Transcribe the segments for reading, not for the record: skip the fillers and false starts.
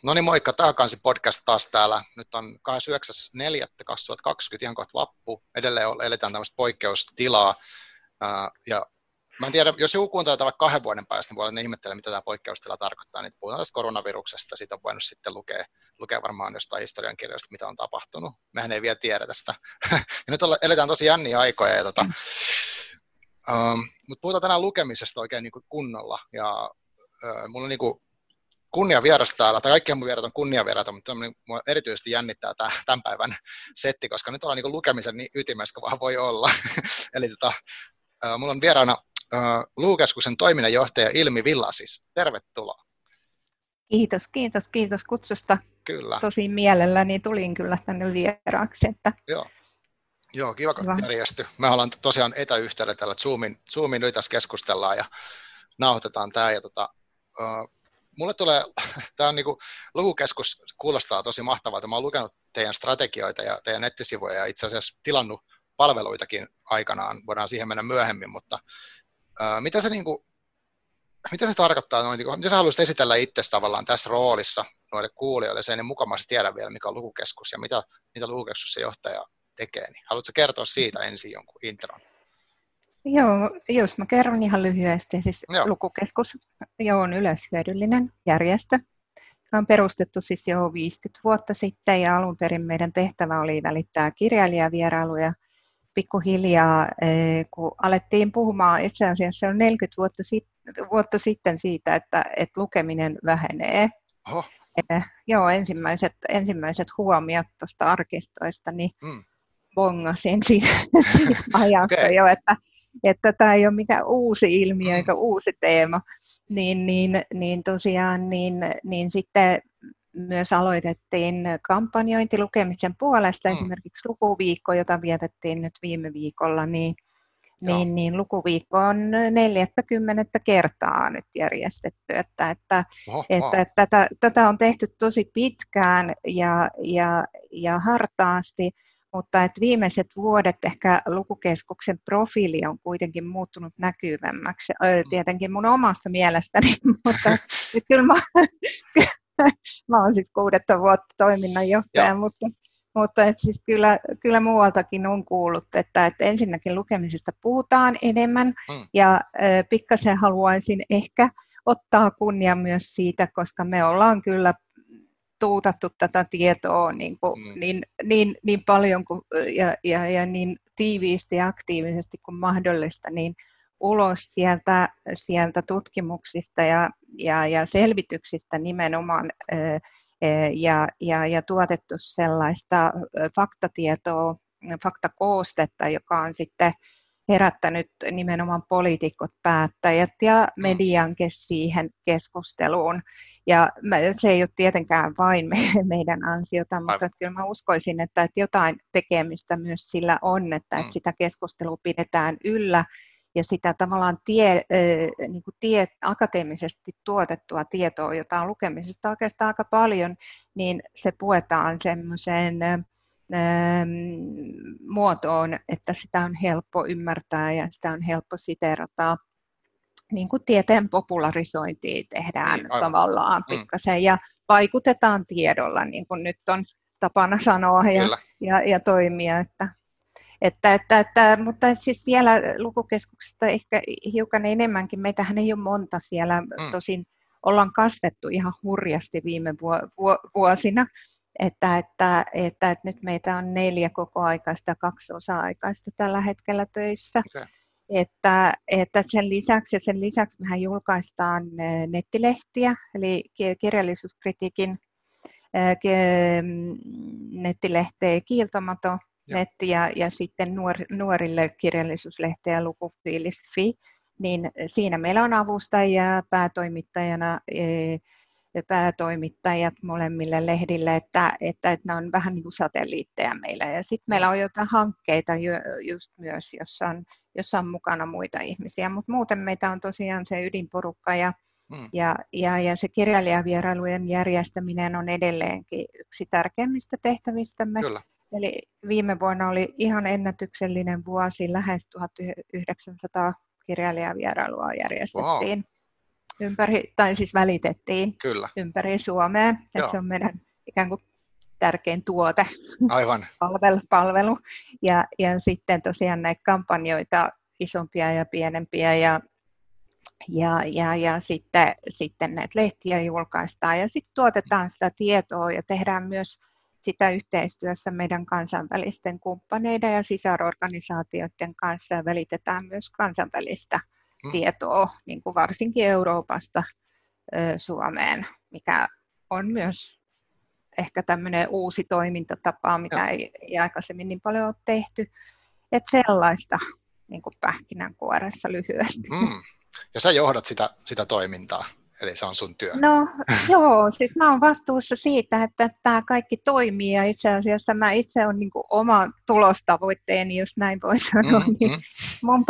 No niin, moikka. Tämä on Kansi podcast taas täällä. Nyt on 29.4.2020, ihan kohta vappu. Edelleen eletään tämmöistä poikkeustilaa. Ja mä en tiedä, jos joku kuuntelee tätä vaikka 2 vuoden päästä, niin voi olla, että ne ihmettelee, mitä tämä poikkeustila tarkoittaa. Niin puhutaan tästä koronaviruksesta. Siitä on voinut sitten lukea varmaan jostain historiankirjoista, mitä on tapahtunut. Mehän ei vielä tiedä tästä. Ja nyt eletään tosi jänniä aikoja. Mutta puhutaan tänään lukemisesta oikein niin kuin kunnolla. Ja mulla on niin kuin kunnia vieras täällä, tai kaikki mun vierat on kunniavieraita, mutta mua erityisesti jännittää tämän päivän setti, koska nyt ollaan niin lukemisen niin ytimessä, vaan voi olla. Eli mulla on vieraana Lukukeskuksen toiminnanjohtaja Ilmi Villasis. Tervetuloa. Kiitos kutsusta. Kyllä. Tosi mielelläni tulin kyllä tänne vieraaksi. Että... Joo, kiva kun järjestyi. Me ollaan tosiaan etäyhteydellä tällä Zoomin nyt tässä keskustellaan ja nauhoitetaan tämä. Ja mulle tulee, tämä on niinku, Lukukeskus kuulostaa tosi mahtavalta. Mä oon lukenut teidän strategioita ja teidän nettisivuja ja itse asiassa tilannut palveluitakin aikanaan. Voidaan siihen mennä myöhemmin, mutta mitä se tarkoittaa? Mitä sä haluaisit esitellä itsesi tavallaan tässä roolissa noille kuulijoille? Se ei mukavasti tiedä vielä, mikä on Lukukeskus ja mitä Lukukeskuksen johtaja tekee. Niin haluatko kertoa siitä ensin jonkun intron? Joo, jos mä kerron ihan lyhyesti. Siis Lukukeskus on yleishyödyllinen järjestö. On perustettu siis jo 50 vuotta sitten ja alun perin meidän tehtävä oli välittää kirjailijavierailuja. Pikkuhiljaa, kun alettiin puhumaan, itse asiassa on 40 vuotta sitten siitä, että lukeminen vähenee. Joo, ensimmäiset huomiot tuosta arkistoista, niin bongasin siitä ajasta jo, että tämä ei ole mikään uusi ilmiö eikä uusi teema, niin tosiaan niin sitten myös aloitettiin kampanjointi lukemisen puolesta, esimerkiksi Lukuviikko, jota vietettiin nyt viime viikolla, niin Lukuviikko on 40 kertaa nyt järjestetty, että tätä on tehty tosi pitkään ja hartaasti, mutta että viimeiset vuodet ehkä Lukukeskuksen profiili on kuitenkin muuttunut näkyvämmäksi, tietenkin mun omasta mielestäni, mutta kyllä mä olen siis 6 vuotta toiminnanjohtaja, mutta et siis kyllä muualtakin on kuullut, että ensinnäkin lukemisesta puhutaan enemmän ja pikkasen haluaisin ehkä ottaa kunnia myös siitä, koska me ollaan kyllä tuutattu tätä tietoa niin paljon ja niin tiiviisti ja aktiivisesti kuin mahdollista, niin ulos sieltä tutkimuksista ja selvityksistä nimenomaan ja tuotettu sellaista faktatietoa, faktakoostetta, joka on sitten herättänyt nimenomaan poliitikot, päättäjät ja mediankin siihen keskusteluun. Ja se ei ole tietenkään vain meidän ansiota, mutta kyllä mä uskoisin, että jotain tekemistä myös sillä on, että sitä keskustelua pidetään yllä ja sitä tavallaan akateemisesti tuotettua tietoa, jota on lukemisesta oikeastaan aika paljon, niin se puetaan semmoiseen muotoon, että sitä on helppo ymmärtää ja sitä on helppo siteerata. Niin kuin tieteen popularisointia tehdään tavallaan pikkasen ja vaikutetaan tiedolla, niin kuin nyt on tapana sanoa ja toimia. Mutta siis vielä Lukukeskuksesta ehkä hiukan enemmänkin. Meitähän ei ole monta siellä, tosin ollaan kasvettu ihan hurjasti viime vuosina. Että nyt meitä on 4 kokoaikaista ja 2 osa-aikaista tällä hetkellä töissä. Okay. Että sen lisäksi mehän julkaistaan nettilehtiä, eli kirjallisuuskritiikin nettilehteä Kiiltomato netti ja sitten nuorille kirjallisuuslehteä Lukufiilis.fi, niin siinä meillä on avustajia päätoimittajat molemmille lehdille, että ne on vähän niin kuin satelliitteja meillä. Ja sitten meillä on jotain hankkeita just myös, jossa on mukana muita ihmisiä, mutta muuten meitä on tosiaan se ydinporukka ja se kirjailijavierailujen järjestäminen on edelleenkin yksi tärkeimmistä tehtävistämme. Kyllä. Eli viime vuonna oli ihan ennätyksellinen vuosi, lähes 1900 kirjailijavierailua järjestettiin. Wow. tai siis välitettiin Kyllä. ympäri Suomea. Että se on meidän ikään kuin tärkein tuote, aivan. palvelu. Ja sitten tosiaan näitä kampanjoita, isompia ja pienempiä, ja sitten näitä lehtiä julkaistaan ja sitten tuotetaan sitä tietoa ja tehdään myös sitä yhteistyössä meidän kansainvälisten kumppaneiden ja sisarorganisaatioiden kanssa ja välitetään myös kansainvälistä tietoa, niin kuin varsinkin Euroopasta Suomeen, mikä on myös ehkä tämmöinen uusi toimintatapa, mitä ei aikaisemmin niin paljon ole tehty. Että sellaista niin kuin pähkinänkuoressa lyhyesti. Ja sä johdat sitä toimintaa, eli se on sun työ. No joo, siis mä oon vastuussa siitä, että tämä kaikki toimii ja itse asiassa mä itse olen niin kuin oma tulostavoitteeni, jos näin voi sanoa, niin mun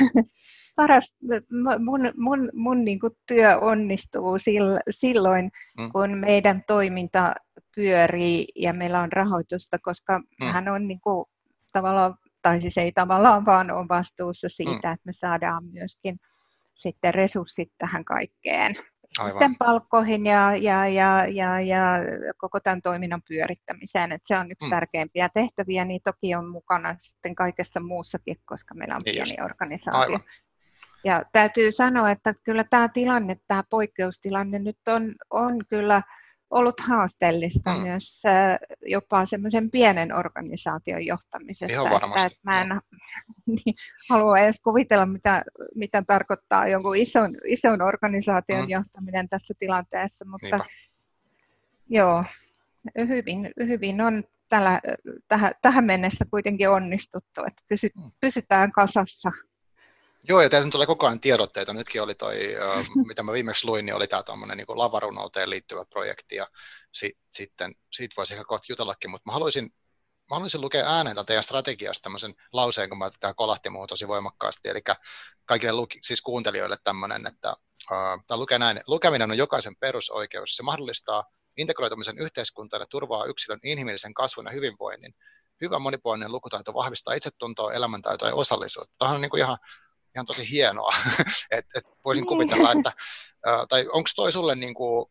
mun niin kuin työ onnistuu silloin, kun meidän toiminta pyörii ja meillä on rahoitusta, koska hän on niin kuin tavallaan, tai siis ei tavallaan, vaan on vastuussa siitä, että me saadaan myöskin sitten resurssit tähän kaikkeen. Sitten palkkoihin ja koko tämän toiminnan pyörittämiseen. Että se on yksi tärkeimpiä tehtäviä, niin toki on mukana sitten kaikessa muussakin, koska meillä on pieni organisaatio. Aivan. Ja täytyy sanoa, että kyllä tämä poikkeustilanne nyt on kyllä ollut haasteellista myös jopa semmoisen pienen organisaation johtamisessa. Ihan varmasti. Että mä en halua edes kuvitella, mitä tarkoittaa jonkun ison organisaation johtaminen tässä tilanteessa, mutta joo, hyvin on tähän mennessä kuitenkin onnistuttu, että pysytään kasassa. Joo, ja täältä tulee koko ajan tiedotteita. Nytkin oli mitä mä viimeksi luin, niin oli tämä tuommoinen niin lavarunouteen liittyvä projekti, ja sitten siitä voisi ehkä kohta jutellakin, mutta mä haluaisin lukea ääneen teidän strategiasta tämmöisen lauseen, kun tämä kolahti muuhun tosi voimakkaasti, eli kaikille siis kuuntelijoille tämmöinen, että tämä lukee näin: lukeminen on jokaisen perusoikeus. Se mahdollistaa integroitumisen yhteiskuntaan ja turvaa yksilön inhimillisen kasvun ja hyvinvoinnin. Hyvä monipuolinen lukutaito vahvistaa itsetuntoa, elämäntaitoa ja osallisuutta. Tämä on niin kuin ihan tosi hienoa, että voisin kuvitella, että, tai onko toi sulle niin kuin,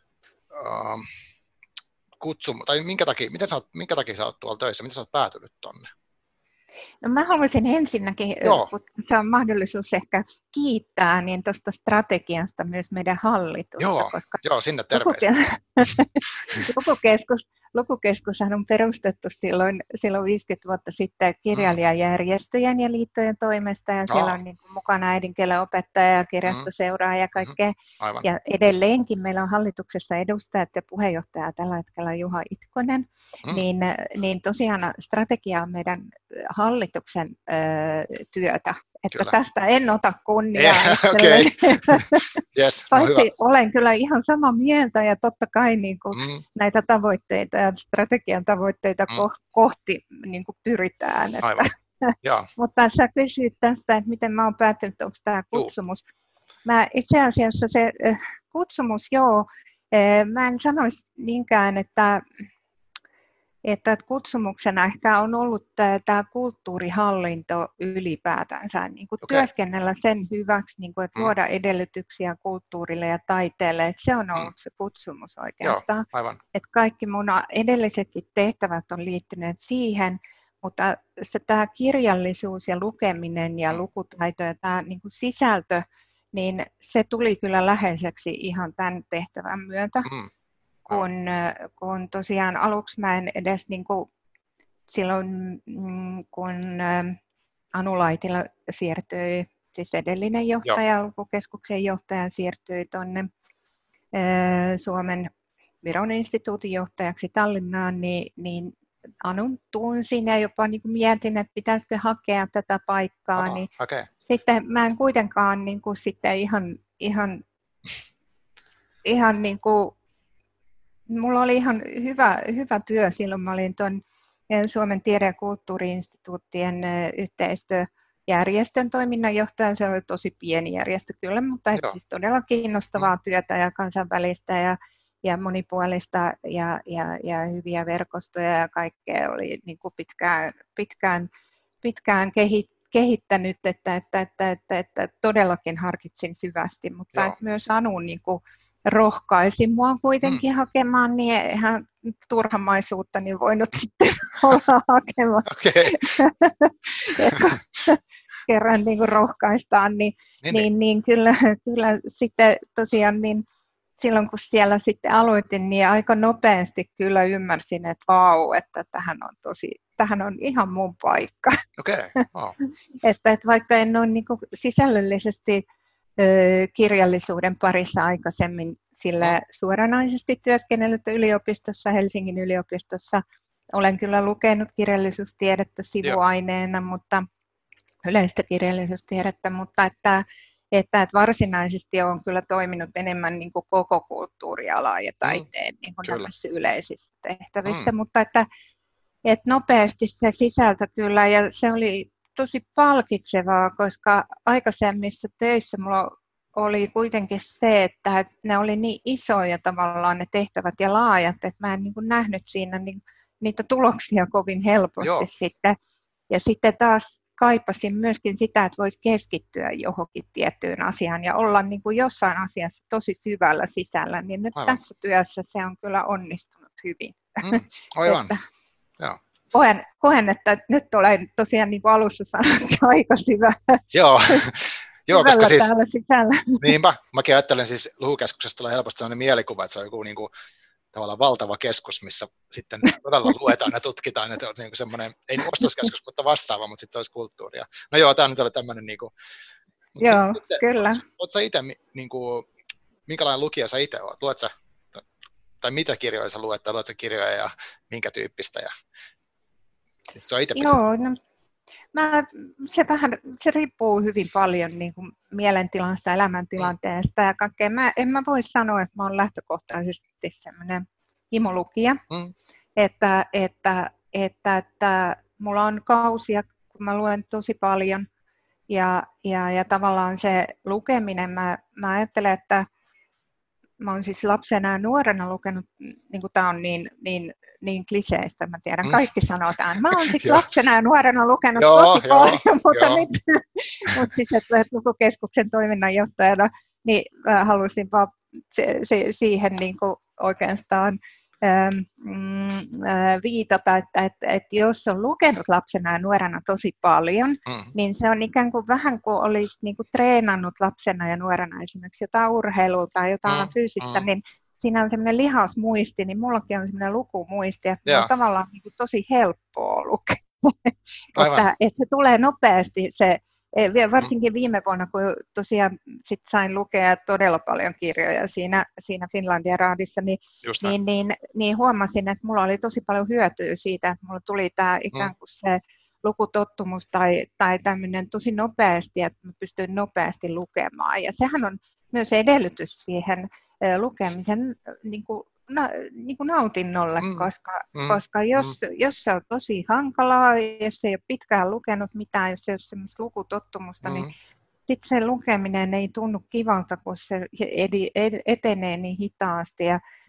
kutsumus, tai minkä takia sä oot tuolla töissä, miten sä oot päätynyt tonne? No mä haluaisin ensinnäkin, kun se on mahdollisuus ehkä kiittää, niin tuosta strategiasta myös meidän hallitusta. Joo, sinne terveisiä. Lukukeskushan on perustettu silloin 50 vuotta sitten kirjailijajärjestöjen ja liittojen toimesta, ja siellä on niin kuin mukana äidinkielen opettaja ja kirjastoseuraaja ja kaikkea. Ja edelleenkin meillä on hallituksessa edustajat ja puheenjohtaja tällä hetkellä Juha Itkonen, niin tosiaan strategia on meidän hallituksen työtä. Että kyllä. Tästä en ota kunniaa. Okay. Yes, paitsi olen kyllä ihan samaa mieltä ja totta kai niin kuin näitä tavoitteita ja strategian tavoitteita kohti niin kuin pyritään. Mutta sä kysyit tästä, että miten mä oon päättänyt, onko tämä kutsumus. Mä itse asiassa se kutsumus, mä en sanoisi niinkään, että kutsumuksena ehkä on ollut tämä kulttuurihallinto ylipäätänsä, niin kuin työskennellä sen hyväksi, niin kuin, että luoda edellytyksiä kulttuurille ja taiteelle, että se on ollut se kutsumus oikeastaan. Että kaikki mun edellisetkin tehtävät on liittyneet siihen, mutta tämä kirjallisuus ja lukeminen ja lukutaito ja tämä niin kuin sisältö, niin se tuli kyllä läheiseksi ihan tämän tehtävän myötä. Kun tosiaan aluksi mä en edes niin kuin silloin, kun Anu Laitila siirtyi, siis edellinen johtaja, Lukukeskuksen johtaja siirtyi tuonne Suomen Viron instituutin johtajaksi Tallinnaan, niin Anun tunsin ja jopa niin kuin mietin, että pitäisikö hakea tätä paikkaa. Sitten mä en kuitenkaan niin kuin sitten ihan niin kuin mulla oli ihan hyvä työ silloin. Mä olin tuon Suomen tiede- ja kulttuuri-instituuttien yhteistyöjärjestön toiminnanjohtaja. Se oli tosi pieni järjestö kyllä, mutta siis todella kiinnostavaa työtä ja kansainvälistä ja monipuolista ja hyviä verkostoja ja kaikkea oli niin kuin pitkään kehittänyt, että todellakin harkitsin syvästi, mutta että myös Anu niin kuin rohkaisi mua kuitenkin hakemaan, niin eihän turhamaisuutta niin voinut sitten olla hakemaan. Okay. Kerran niin kuin rohkaistaan, niin kyllä sitten tosiaan niin silloin kun siellä sitten aloitin, niin aika nopeasti kyllä ymmärsin, että vau, että tähän on ihan mun paikka. Okay. Wow. että vaikka en ole niin kuin sisällöllisesti kirjallisuuden parissa aikaisemmin sillä suoranaisesti työskennellyt yliopistossa, Helsingin yliopistossa, olen kyllä lukenut kirjallisuustiedettä sivuaineena, mutta yleistä kirjallisuustiedettä, mutta että varsinaisesti olen kyllä toiminut enemmän niin kuin koko kulttuurialaa ja taiteen niin kuin näissä yleisissä tehtävissä, mutta että nopeasti se sisältö kyllä, ja se oli tosi palkitsevaa, koska aikaisemmissa töissä mulla oli kuitenkin se, että ne oli niin isoja tavallaan ne tehtävät ja laajat, että mä en niin kuin nähnyt siinä niitä tuloksia kovin helposti sitten. Ja sitten taas kaipasin myöskin sitä, että voisi keskittyä johonkin tiettyyn asiaan ja olla niin kuin jossain asiassa tosi syvällä sisällä, niin nyt tässä työssä se on kyllä onnistunut hyvin. Aivan. Koen, että nyt olen tosiaan niin kuin alussa sanonut aika syvällä. Joo, koska siis, täällä sisällä. Niinpä, mäkin ajattelen siis Lukukeskuksesta tulee helposti sellainen mielikuva, että se on joku niin kuin, tavallaan valtava keskus, missä sitten todella luetaan ja tutkitaan, että on niin kuin semmoinen, ei ostoskeskus, mutta vastaava, mutta sitten olisi kulttuuria. No joo, tämä nyt oli tämmöinen, niin kuin, joo, kyllä. Oletko sä itse, niin kuin, minkälainen lukija sä itse olet? Luet sä, tai mitä kirjoja sä luet, tai luet sä kirjoja ja minkä tyyppistä? Ja, se on itse joo, no, se riippuu hyvin paljon niin kuin mielentilasta, elämäntilanteesta ja kaikkea. En mä voi sanoa, että mä olen lähtökohtaisesti sellainen himolukija, että mulla on kausia, kun mä luen tosi paljon ja tavallaan se lukeminen, mä ajattelen, että mä oon siis lapsena ja nuorena lukenut, niin kuin tää on niin kliseistä, mä tiedän, kaikki sanoo tämän. Mä oon sitten lapsena ja nuorena lukenut tosi paljon, mutta siis, että Lukukeskuksen toiminnanjohtajana, niin halusin vaan siihen niin kuin oikeastaan viitata, että jos on lukenut lapsena ja nuorena tosi paljon, niin se on ikään kuin vähän kuin olisi niin kuin treenannut lapsena ja nuorena esimerkiksi jotain urheilua tai jotain fyysistä, niin siinä on semmoinen lihasmuisti, niin mullakin on semmoinen lukumuisti, että on tavallaan niin kuin tosi helppoa lukea. että se tulee nopeasti se. Varsinkin viime vuonna, kun tosiaan sit sain lukea todella paljon kirjoja siinä Finlandia Raadissa, niin huomasin, että mulla oli tosi paljon hyötyä siitä, että mulla tuli tämä ikään kuin se lukutottumus tai tämmöinen tosi nopeasti, että mä pystyin nopeasti lukemaan. Ja sehän on myös edellytys siihen lukemisen niin kuin nautinnolle, koska jos se on tosi hankalaa, jos ei ole pitkään lukenut mitään, jos ei ole semmoista lukutottumusta, niin sitten se lukeminen ei tunnu kivalta, kun se etenee niin hitaasti.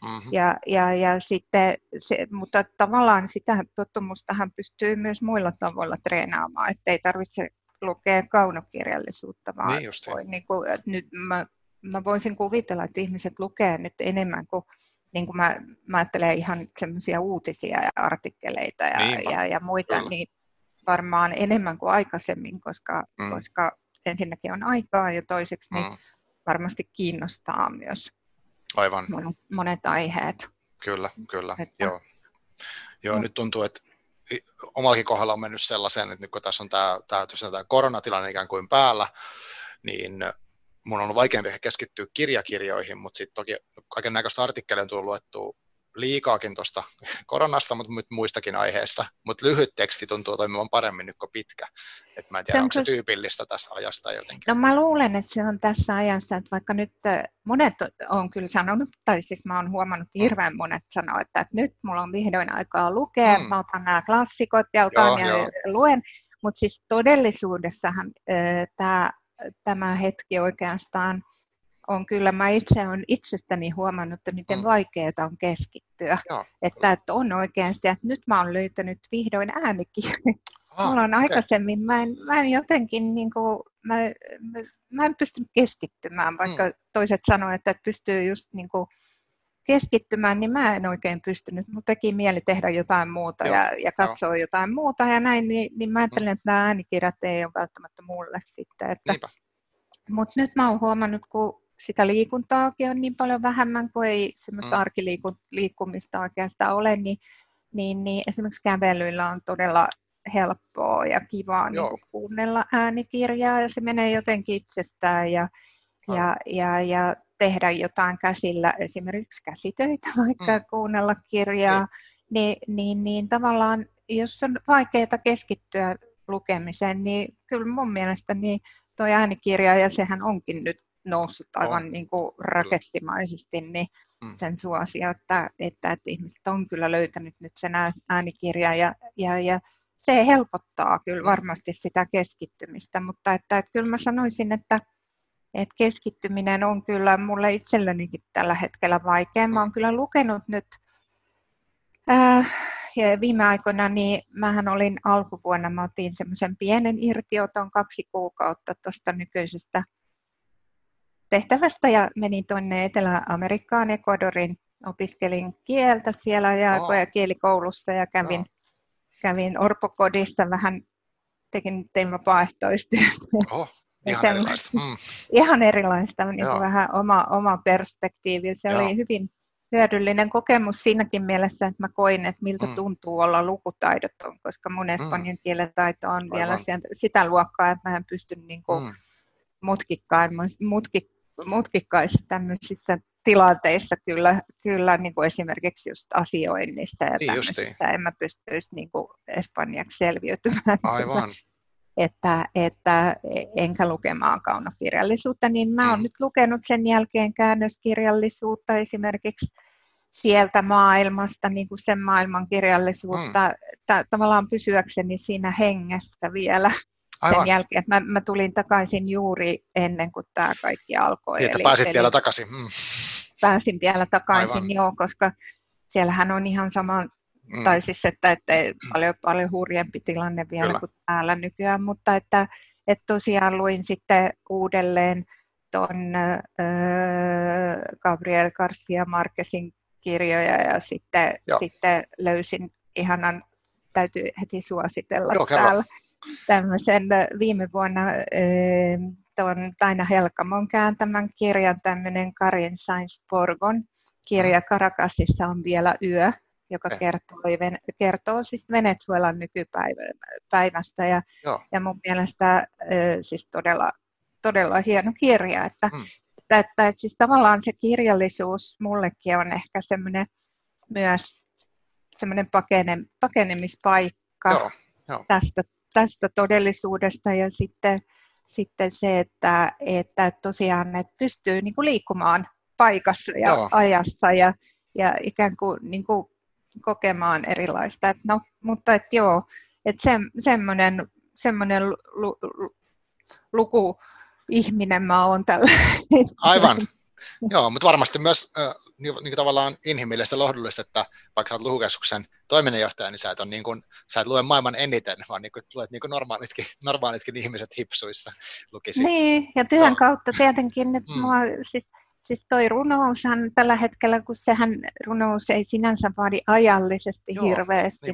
Ja sitten mutta tavallaan sitä tottumustahan pystyy myös muilla tavoilla treenaamaan, ettei tarvitse lukea kaunokirjallisuutta, vaan nyt mä voisin kuvitella, että ihmiset lukee nyt enemmän kuin niin kuin mä ajattelen ihan semmoisia uutisia ja artikkeleita ja muita, niin varmaan enemmän kuin aikaisemmin, koska ensinnäkin on aikaa ja toiseksi niin varmasti kiinnostaa myös monet aiheet. Kyllä, joo. Nyt tuntuu, että omallakin kohdalla on mennyt sellaiseen, että nyt kun tässä on tämä koronatilanne ikään kuin päällä, niin mun on ollut vaikeampi keskittyä kirjakirjoihin, mutta sitten toki kaikennäköistä artikkeleja on tullut luettua liikaakin tuosta koronasta, mutta muistakin aiheista. Mutta lyhyt teksti tuntuu toimivan paremmin nyt kuin pitkä. Et mä en tiedä, onko se tyypillistä tässä ajasta jotenkin. No mä luulen, että se on tässä ajassa, että vaikka nyt monet on kyllä sanonut, tai siis mä oon huomannut hirveän monet sanoa, että nyt mulla on vihdoin aikaa lukea, mä otan nämä klassikot ja luen, mutta siis todellisuudessahan tämä hetki oikeastaan on kyllä, mä itse olen itsestäni huomannut, että miten vaikeaa on keskittyä. Että on oikeasti, että nyt mä oon löytänyt vihdoin äänikirjoja. Mulla on okay. aikaisemmin, mä en jotenkin, niin kuin, mä en pystynyt keskittymään, vaikka toiset sanoivat, että pystyy just niin kuin keskittymään, niin mä en oikein pystynyt. Mulla teki mieli tehdä jotain muuta ja katsoa jotain muuta ja näin, niin mä ajattelen, että nämä äänikirjat ei ole välttämättä mulle sitten. Mutta nyt mä oon huomannut, kun sitä liikuntaakin on niin paljon vähemmän, kun ei semmoista arkiliikkumista oikeastaan ole, niin esimerkiksi kävelyillä on todella helppoa ja kivaa niin kuin kuunnella äänikirjaa ja se menee jotenkin itsestään ja tehdä jotain käsillä, esimerkiksi käsitöitä, vaikka kuunnella kirjaa, niin tavallaan jos on vaikeaa keskittyä lukemiseen, niin kyllä mun mielestä niin tuo äänikirja, ja sehän onkin nyt noussut aivan niin kuin rakettimaisesti, niin sen suosio, että ihmiset on kyllä löytänyt nyt sen äänikirjan ja se helpottaa kyllä varmasti sitä keskittymistä, mutta että kyllä mä sanoisin, että keskittyminen on kyllä mulle itsellenikin tällä hetkellä vaikea. Mä oon kyllä lukenut nyt ja viime aikoina, niin mähän olin alkuvuonna, mä otin semmoisen pienen irtioton 2 kuukautta tuosta nykyisestä tehtävästä ja menin tuonne Etelä-Amerikkaan, Ecuadorin, opiskelin kieltä siellä ja kielikoulussa ja kävin orpokodissa vähän, tein vapaaehtoistyötä. Ihan erilaista. Ihan erilaista, niin kuin vähän oma perspektiivi. Se oli hyvin hyödyllinen kokemus siinäkin mielessä, että mä koin, että miltä tuntuu olla lukutaidoton, koska mun espanjan kielen taito on vielä sitä luokkaa, että mä en pysty niin kuin mutkikkaissa tämmöisissä tilanteissa kyllä niin kuin esimerkiksi just asioinnista ja tämmöisistä en mä pystyisi niin kuin espanjaksi selviytymään. Aivan. Että enkä lukemaan kaunokirjallisuutta, niin mä oon nyt lukenut sen jälkeen käännöskirjallisuutta esimerkiksi sieltä maailmasta, niin kuin sen maailman kirjallisuutta, tavallaan pysyäkseni siinä hengessä vielä. Aivan. Sen jälkeen, että mä tulin takaisin juuri ennen kuin tämä kaikki alkoi. Niin, että pääsit vielä takaisin. Pääsin vielä takaisin, koska siellähän on ihan sama, tai siis, että paljon hurjempi tilanne vielä kuin täällä nykyään, mutta että tosiaan luin sitten uudelleen ton Gabriel García Márquezin kirjoja ja sitten löysin ihanan, täytyy heti suositella täällä. Tämmöisen viime vuonna tuon Taina Helkamon kääntämän kirjan, tämmöinen Karin Sainz-Borgon kirja Caracasissa on vielä yö, joka kertoo siis Venezuelan nykypäivästä ja mun mielestä siis todella hieno kirja, että siis tavallaan se kirjallisuus mullekin on ehkä semmoinen myös semmoinen pakenemispaikka tästä todellisuudesta ja sitten se, että tosiaan että pystyy niin kuin liikkumaan paikassa ja ajassa ja ikään kuin, niin kuin kokemaan erilaista. Mutta semmoinen lukuihminen mä oon tällä. Aivan. Joo, mutta varmasti myös niin tavallaan inhimillistä lohdullista, että vaikka olet lukukeskuksen toiminnanjohtaja, niin sä et lue maailman eniten, vaan niin kuin, luet niin kuin normaalitkin ihmiset hipsuissa lukisi. Niin, ja työn kautta tietenkin, että siis toi runoushan tällä hetkellä, kun sehän runous ei sinänsä vaadi ajallisesti hirveästi,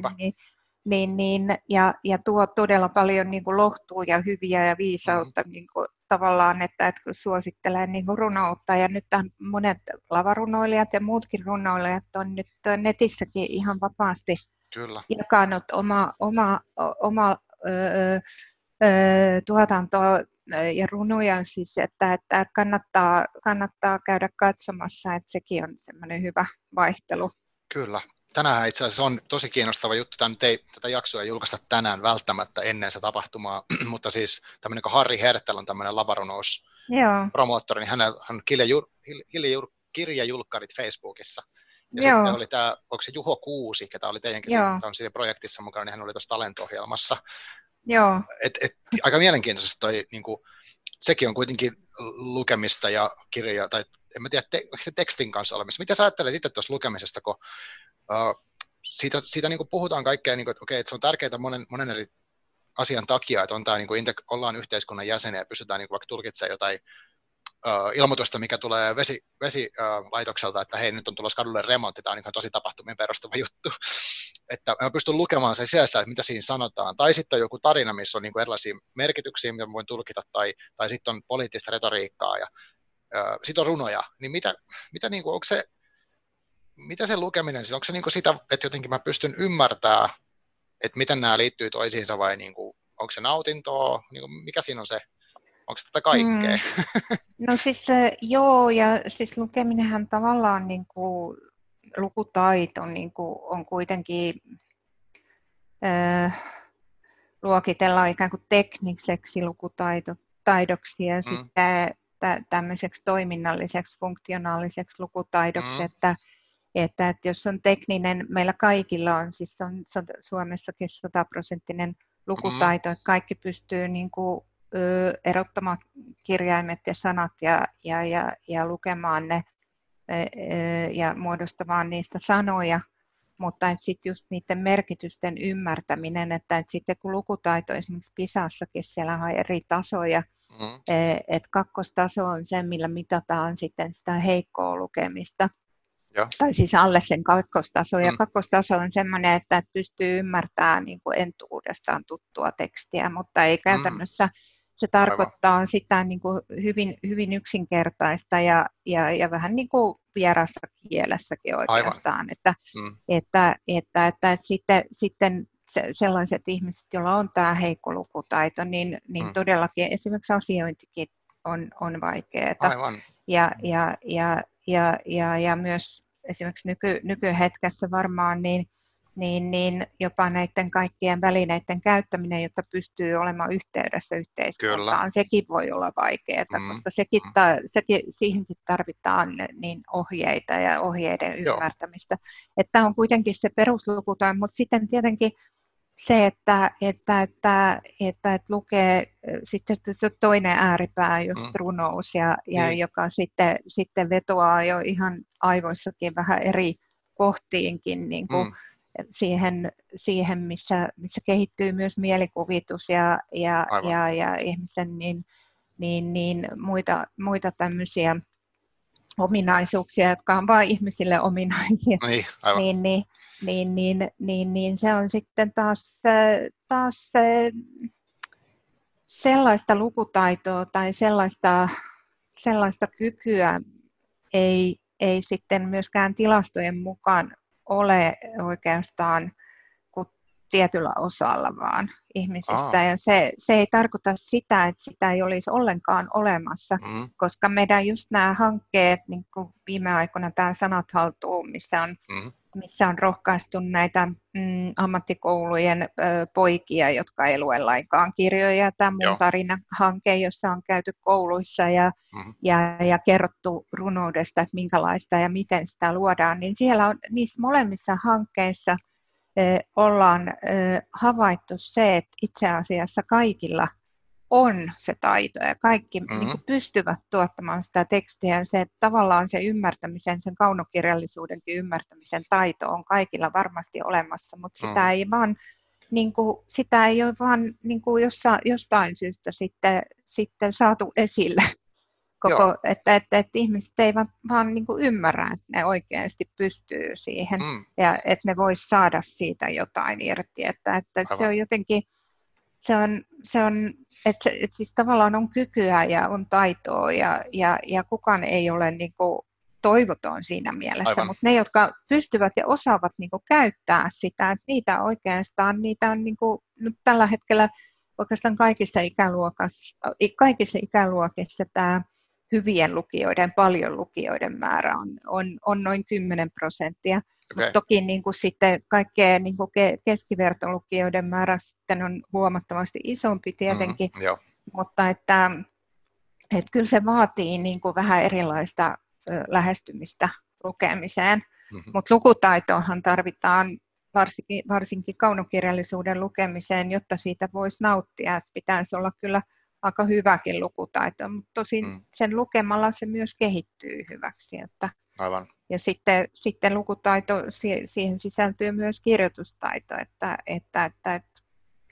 ja tuo todella paljon niin kuin lohtua ja hyviä ja viisautta niin kuin tavallaan, että suosittelee niin kuin runoutta. Ja nyt monet lavarunoilijat ja muutkin runoilijat on nyt netissäkin ihan vapaasti jakanut oma tuotantoa ja runoja, siis, että kannattaa käydä katsomassa, että sekin on semmoinen hyvä vaihtelu. Kyllä. Tänään itse asiassa on tosi kiinnostava juttu. Tämä nyt ei tätä jaksoa julkaista tänään välttämättä ennen sitä tapahtumaa, mutta siis tämmöinen kuin Harri Hertel on tämmöinen lavarunous-promoottori, niin hän on kirjajulkkarit Facebookissa. Ja sitten oli tämä, onko se Juho Kuusi, ketä oli teidänkin on siinä projektissa mukana, niin hän oli tuossa talento-ohjelmassa. Joo. Aika mielenkiintoisesti toi, niin kuin, sekin on kuitenkin lukemista ja kirjaa, tai en mä tiedä, onko se tekstin kanssa olemassa. Mitä sä ajattelet itse tuosta lukemisesta, kun siitä niin kuin puhutaan kaikkea, niin kuin, että okei, että se on tärkeää monen eri asian takia, että on niin kuin ollaan yhteiskunnan jäseniä ja pystytään niin kuin vaikka tulkitsemaan jotain ilmoitusta, mikä tulee vesilaitokselta, että hei, nyt on tulossa kadulle remontti, tämä on niin tosi tapahtumiin perustuva juttu. Että mä pystyn lukemaan sen sieltä, että mitä siinä sanotaan. Tai sitten on joku tarina, missä on niin kuin erilaisia merkityksiä, mitä voin tulkita, tai sitten on poliittista retoriikkaa, ja sitten on runoja. Niin mitä niin kuin, mitä se lukeminen, onko se niin kuin sitä, että jotenkin mä pystyn ymmärtämään, että miten nämä liittyy toisiinsa, vai niin kuin, onko se nautintoa, niin kuin, mikä siinä on se? Onko se tätä kaikkea? No siis joo, ja siis lukeminenhän tavallaan niin kuin, lukutaito niin kuin, on kuitenkin luokitellaan ikään kuin tekniseksi lukutaidoksi ja sitten tämmöiseksi toiminnalliseksi, funktionaaliseksi lukutaidoksi, että jos on tekninen, meillä kaikilla on, siis on Suomessakin 100% lukutaito, että kaikki pystyy niin kuin, erottamaan kirjaimet ja sanat ja lukemaan ne ja muodostamaan niistä sanoja, mutta sitten just niiden merkitysten ymmärtäminen, että sitten kun lukutaito esimerkiksi PISAssakin, siellä on eri tasoja, että kakkostaso on se, millä mitataan sitten sitä heikkoa lukemista, tai siis alle sen kakkostaso, ja kakkostaso on sellainen, että pystyy ymmärtämään niin kuin entuudestaan tuttua tekstiä, mutta ei käytännössä. Se tarkoittaa sitä niin kuin hyvin yksinkertaista ja vähän niin kuin vierassa kielessäkin oikeastaan, että sitten sellaiset ihmiset, joilla on tämä heikko lukutaito, niin todellakin esimerkiksi asiointikin on vaikeaa. Ja myös esimerkiksi nykyhetkessä varmaan niin jopa näiden kaikkien välineiden käyttäminen, jotta pystyy olemaan yhteydessä yhteiskuntaan, sekin voi olla vaikeaa, koska siihenkin tarvitaan niin ohjeita ja ohjeiden ymmärtämistä. Että on kuitenkin se peruslukutaito, mutta sitten tietenkin se, että lukee sitten se toinen ääripää, just runous, ja joka sitten vetoaa jo ihan aivoissakin vähän eri kohtiinkin, niin kuin siihen missä kehittyy myös mielikuvitus ja ihmisten niin muita tämmöisiä ominaisuuksia, jotka on vain ihmisille ominaisia, niin se on sitten taas sellaista lukutaitoa tai sellaista kykyä ei sitten myöskään tilastojen mukaan ole oikeastaan kuin tietyllä osalla vaan ihmisistä. Ja se ei tarkoita sitä, että sitä ei olisi ollenkaan olemassa, koska meidän just nämä hankkeet, niin kuin viime aikoina tämä Sanat haltuun, missä on rohkaistu näitä ammattikoulujen poikia, jotka ei lue lainkaan kirjoja. Tämä mun tarinahanke, jossa on käyty kouluissa ja kerrottu runoudesta, että minkälaista ja miten sitä luodaan, niin siellä on niissä molemmissa hankkeissa ollaan havaittu se, että itse asiassa kaikilla on se taito ja kaikki niin kuin pystyvät tuottamaan sitä tekstiä. Ja se, että tavallaan se ymmärtämisen, sen kaunokirjallisuudenkin ymmärtämisen taito on kaikilla varmasti olemassa, mutta sitä ei vaan sitä ei ole vaan niin kuin jostain syystä sitten saatu esille. Että ihmiset eivät vaan niin kuin ymmärrä, että ne oikeasti pystyy siihen ja että ne vois saada siitä jotain irti. Että se on jotenkin, että siis tavallaan on kykyä ja on taitoa ja kukaan ei ole niin kuin toivoton siinä mielessä, mutta ne, jotka pystyvät ja osaavat niin kuin käyttää sitä, että niitä on niin kuin nyt tällä hetkellä oikeastaan kaikissa ikäluokissa tämä hyvien lukijoiden, paljon lukijoiden määrä on noin 10%. Mutta toki niin kuin sitten kaikkea niin kuin keskivertolukijoiden määrä sitten on huomattavasti isompi tietenkin, mutta että kyllä se vaatii niin kuin vähän erilaista lähestymistä lukemiseen. Mutta lukutaitoahan tarvitaan varsinkin kaunokirjallisuuden lukemiseen, jotta siitä voisi nauttia. Että pitäisi olla kyllä aika hyväkin lukutaito, mutta tosin sen lukemalla se myös kehittyy hyväksi. Ja sitten lukutaito, siihen sisältyy myös kirjoitustaito, että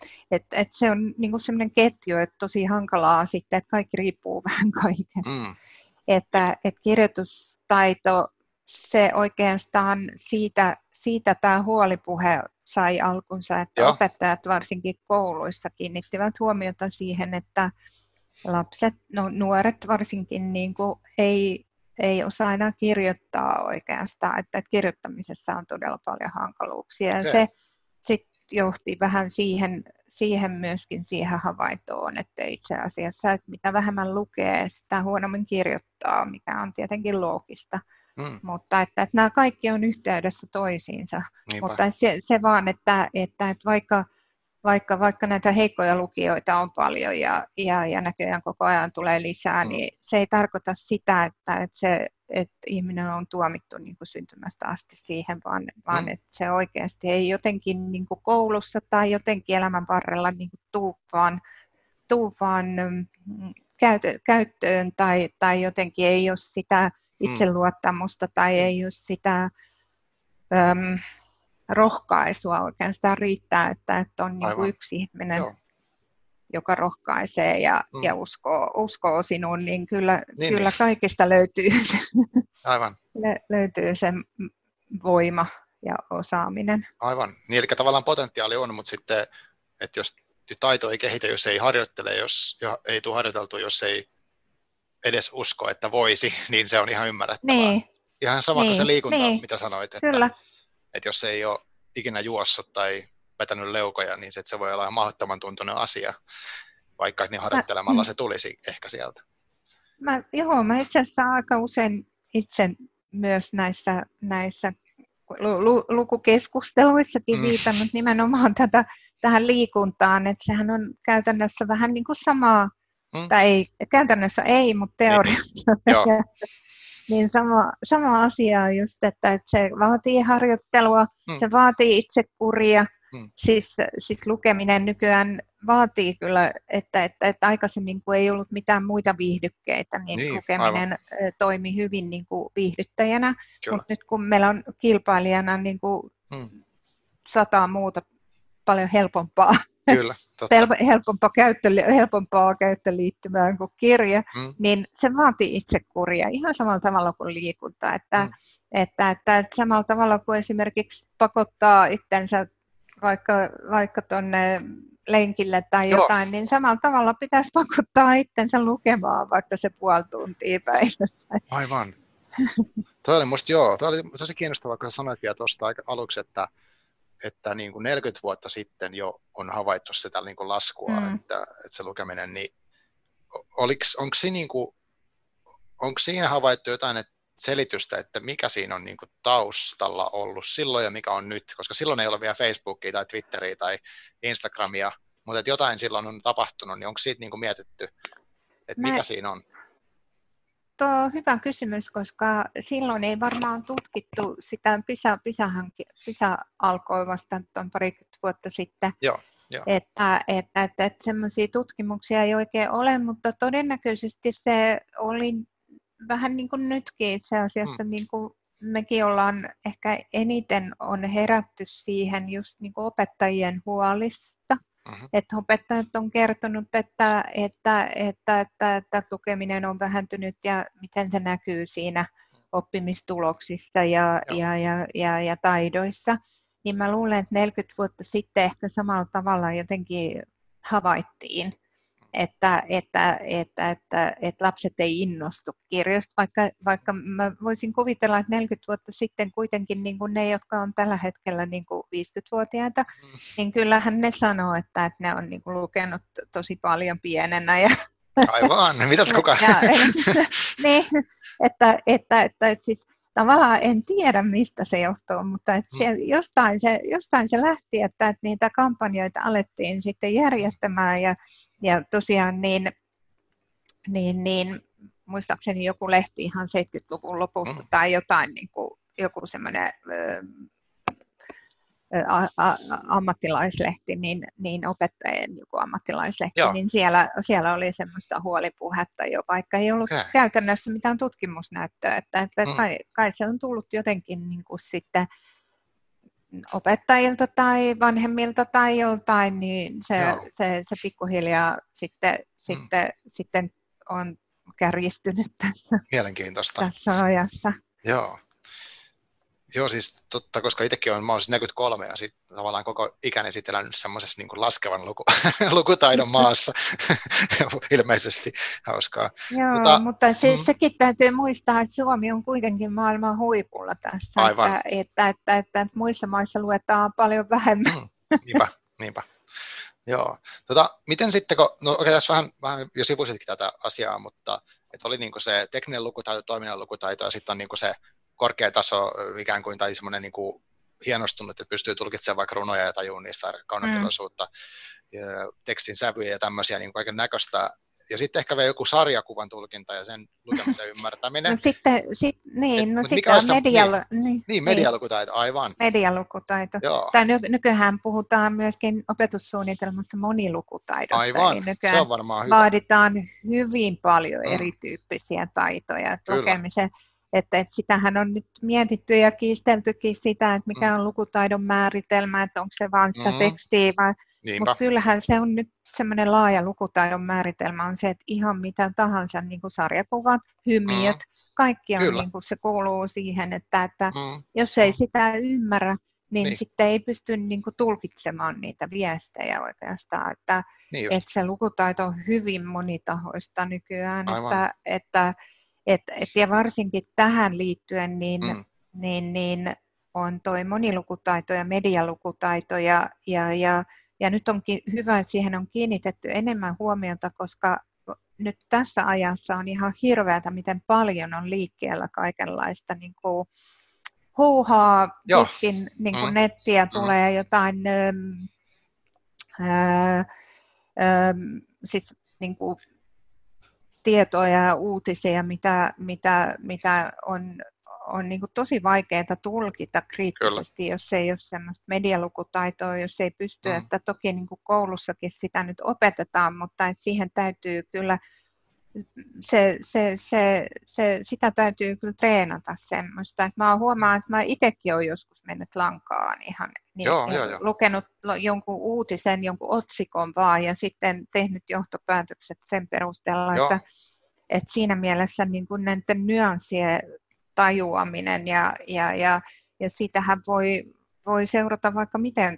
Et se on niin kuin sellainen ketju, että tosi hankalaa sitten, että kaikki riippuu vähän kaikesta. Että kirjoitustaito, se oikeastaan siitä tämä huolipuhe sai alkunsa, että opettajat varsinkin kouluissa kiinnittivät huomiota siihen, että lapset, nuoret varsinkin niin kuin ei osaa enää kirjoittaa oikeastaan, että kirjoittamisessa on todella paljon hankaluuksia. Ja se sitten johti vähän siihen myöskin siihen havaintoon, että itse asiassa, että mitä vähemmän lukee, sitä huonommin kirjoittaa, mikä on tietenkin loogista. Mutta että nämä kaikki on yhteydessä toisiinsa. Niinpä. Mutta se vaan, että vaikka näitä heikkoja lukijoita on paljon ja näköjään koko ajan tulee lisää, niin se ei tarkoita sitä, että ihminen on tuomittu niin kuin syntymästä asti siihen, vaan että se oikeasti ei jotenkin niin kuin koulussa tai jotenkin elämän varrella niin kuin tuu vaan käyttöön tai jotenkin ei ole sitä itseluottamusta tai ei ole sitä rohkaisua oikeastaan riittää, että on niin kuin yksi ihminen, joka rohkaisee ja uskoo sinuun, niin kyllä kaikista löytyy se voima ja osaaminen. Aivan. Niin, eli tavallaan potentiaali on, mutta sitten, että jos taito ei kehitä, jos ei harjoittele, jos ei tule harjoiteltua, jos ei edes usko, että voisi, niin se on ihan ymmärrettävää. Niin. Ihan sama kuin se liikunta, mitä sanoit, että jos ei ole ikinä juossut tai vetänyt leukoja, niin se voi olla ihan mahdottoman tuntuinen asia, vaikka niin harjoittelemalla se tulisi ehkä sieltä. Mä itse asiassa aika usein itse myös näissä lukukeskusteluissakin viitannut nimenomaan tähän liikuntaan, että sehän on käytännössä vähän niin kuin samaa, tai ei, käytännössä ei, mutta teoriassa. Niin sama asia on just, että se vaatii harjoittelua, se vaatii itsekuria. Siis lukeminen nykyään vaatii kyllä, että aikaisemmin kun ei ollut mitään muita viihdykkeitä, niin lukeminen toimi hyvin niin kuin viihdyttäjänä. Mutta nyt kun meillä on kilpailijana niin kuin 100 muuta paljon helpompaa. Kyllä, helpompaa käyttöliittymään kuin kirja, niin se vaatii itsekuria ihan samalla tavalla kuin liikunta. Että samalla tavalla kuin esimerkiksi pakottaa itsensä vaikka tuonne lenkille tai jotain, niin samalla tavalla pitäisi pakottaa itsensä lukemaan vaikka se puoli tuntia päivässä. Aivan. Toi oli tosi kiinnostavaa, kun sä sanoit vielä tuosta aluksi, että niin kuin 40 vuotta sitten jo on havaittu sitä niin kuin laskua, että se lukeminen, niin onko siinä havaittu jotain selitystä, että mikä siinä on niin kuin taustalla ollut silloin ja mikä on nyt, koska silloin ei ole vielä Facebookia tai Twitteriä tai Instagramia, mutta että jotain silloin on tapahtunut, niin onko siitä niin kuin mietitty, että mikä siinä on? Tuo on hyvä kysymys, koska silloin ei varmaan tutkittu sitä, PISA alkoi vasta parikymmentä vuotta sitten, että semmoisia tutkimuksia ei oikein ole, mutta todennäköisesti se oli vähän niin kuin nytkin itse asiassa, niin kuin mekin ollaan ehkä eniten on herätty siihen just niin kuin opettajien huolista. Että opettajat on kertonut, että lukeminen on vähentynyt ja miten se näkyy siinä oppimistuloksissa ja taidoissa. Niin mä luulen, että 40 vuotta sitten ehkä samalla tavalla jotenkin havaittiin, että lapset ei innostu kirjoista, vaikka mä voisin kuvitella, että 40 vuotta sitten kuitenkin niin kuin ne, jotka on tällä hetkellä niin kuin 50-vuotiaita, niin kyllähän ne sanoo, että ne on niin kuin lukenut tosi paljon pienenä. Aivan, mitä kukaan? Niin, että siis tavallaan en tiedä, mistä se johtuu, mutta jostain se lähti, että niitä kampanjoita alettiin sitten järjestämään ja tosiaan niin muistaakseni joku lehti ihan 70-luvun lopusta tai jotain, niin kuin, joku semmoinen ammattilaislehti, niin opettajien joku ammattilaislehti, niin siellä oli semmoista huolipuhetta jo, vaikka ei ollut käytännössä mitään tutkimusnäyttöä, että kai se on tullut jotenkin niin kuin sitten opettajilta tai vanhemmilta tai joltain, niin se pikkuhiljaa sitten on kärjistynyt tässä ajassa. Joo, siis totta, koska itsekin mä olen 43 ja sitten tavallaan koko ikäni sitten elänyt semmoisessa niin kuin laskevan lukutaidon maassa, ilmeisesti hauskaa. Joo, mutta siis sekin täytyy muistaa, että Suomi on kuitenkin maailman huipulla tässä, että muissa maissa luetaan paljon vähemmän. Niinpä. Joo. Miten sitten, tässä vähän jo sivusitkin tätä asiaa, mutta että oli niin kuin se tekninen lukutaito, toiminnan lukutaito ja sitten on niin kuin se korkea taso ikään kuin, tai semmoinen niin kuin hienostunut, että pystyy tulkitsemaan vaikka runoja ja tajuu niistä kaunokirjallisuutta, tekstin sävyjä ja tämmöisiä niin kaiken näköistä. Ja sitten ehkä vielä joku sarjakuvan tulkinta ja sen lukemisen ymmärtäminen. Sitten on medialukutaito, aivan. Medialukutaito. Tai nykyään puhutaan myöskin opetussuunnitelmasta monilukutaidosta. Aivan, nykyään se on varmaan hyvä. Vaaditaan hyvin paljon erityyppisiä taitoja lukemiseen. Että sitähän on nyt mietitty ja kiisteltykin sitä, että mikä on lukutaidon määritelmä, että onko se vain sitä tekstiä vai... Mutta kyllähän se on nyt semmoinen laaja lukutaidon määritelmä on se, että ihan mitä tahansa, niin kuin sarjakuvat, hymiöt, kaikki on niin kuin se kuuluu siihen, että jos ei sitä ymmärrä, niin sitten ei pysty niin kuin tulkitsemaan niitä viestejä oikeastaan, että se lukutaito on hyvin monitahoista nykyään, ja varsinkin tähän liittyen niin on toi monilukutaito ja medialukutaito ja nyt onkin hyvä, että siihen on kiinnitetty enemmän huomiota, koska nyt tässä ajassa on ihan hirveätä, miten paljon on liikkeellä kaikenlaista niin kuin huuhaa, pitkin niin kuin nettiä tulee jotain siis niin kuin tietoja ja uutisia, mitä on niin kuin tosi vaikeaa tulkita kriittisesti, jos ei ole semmoista medialukutaitoa, jos ei pysty, että toki niin kuin koulussakin sitä nyt opetetaan, mutta että siihen täytyy kyllä, sitä täytyy kyllä treenata semmoista. Että mä huomaan, että mä itsekin olen joskus mennyt lankaan ihan, lukenut jonkun uutisen, jonkun otsikon vaan ja sitten tehnyt johtopäätökset sen perusteella, että siinä mielessä niin kuin näiden nyanssien tajuaminen ja siitähän voi seurata vaikka miten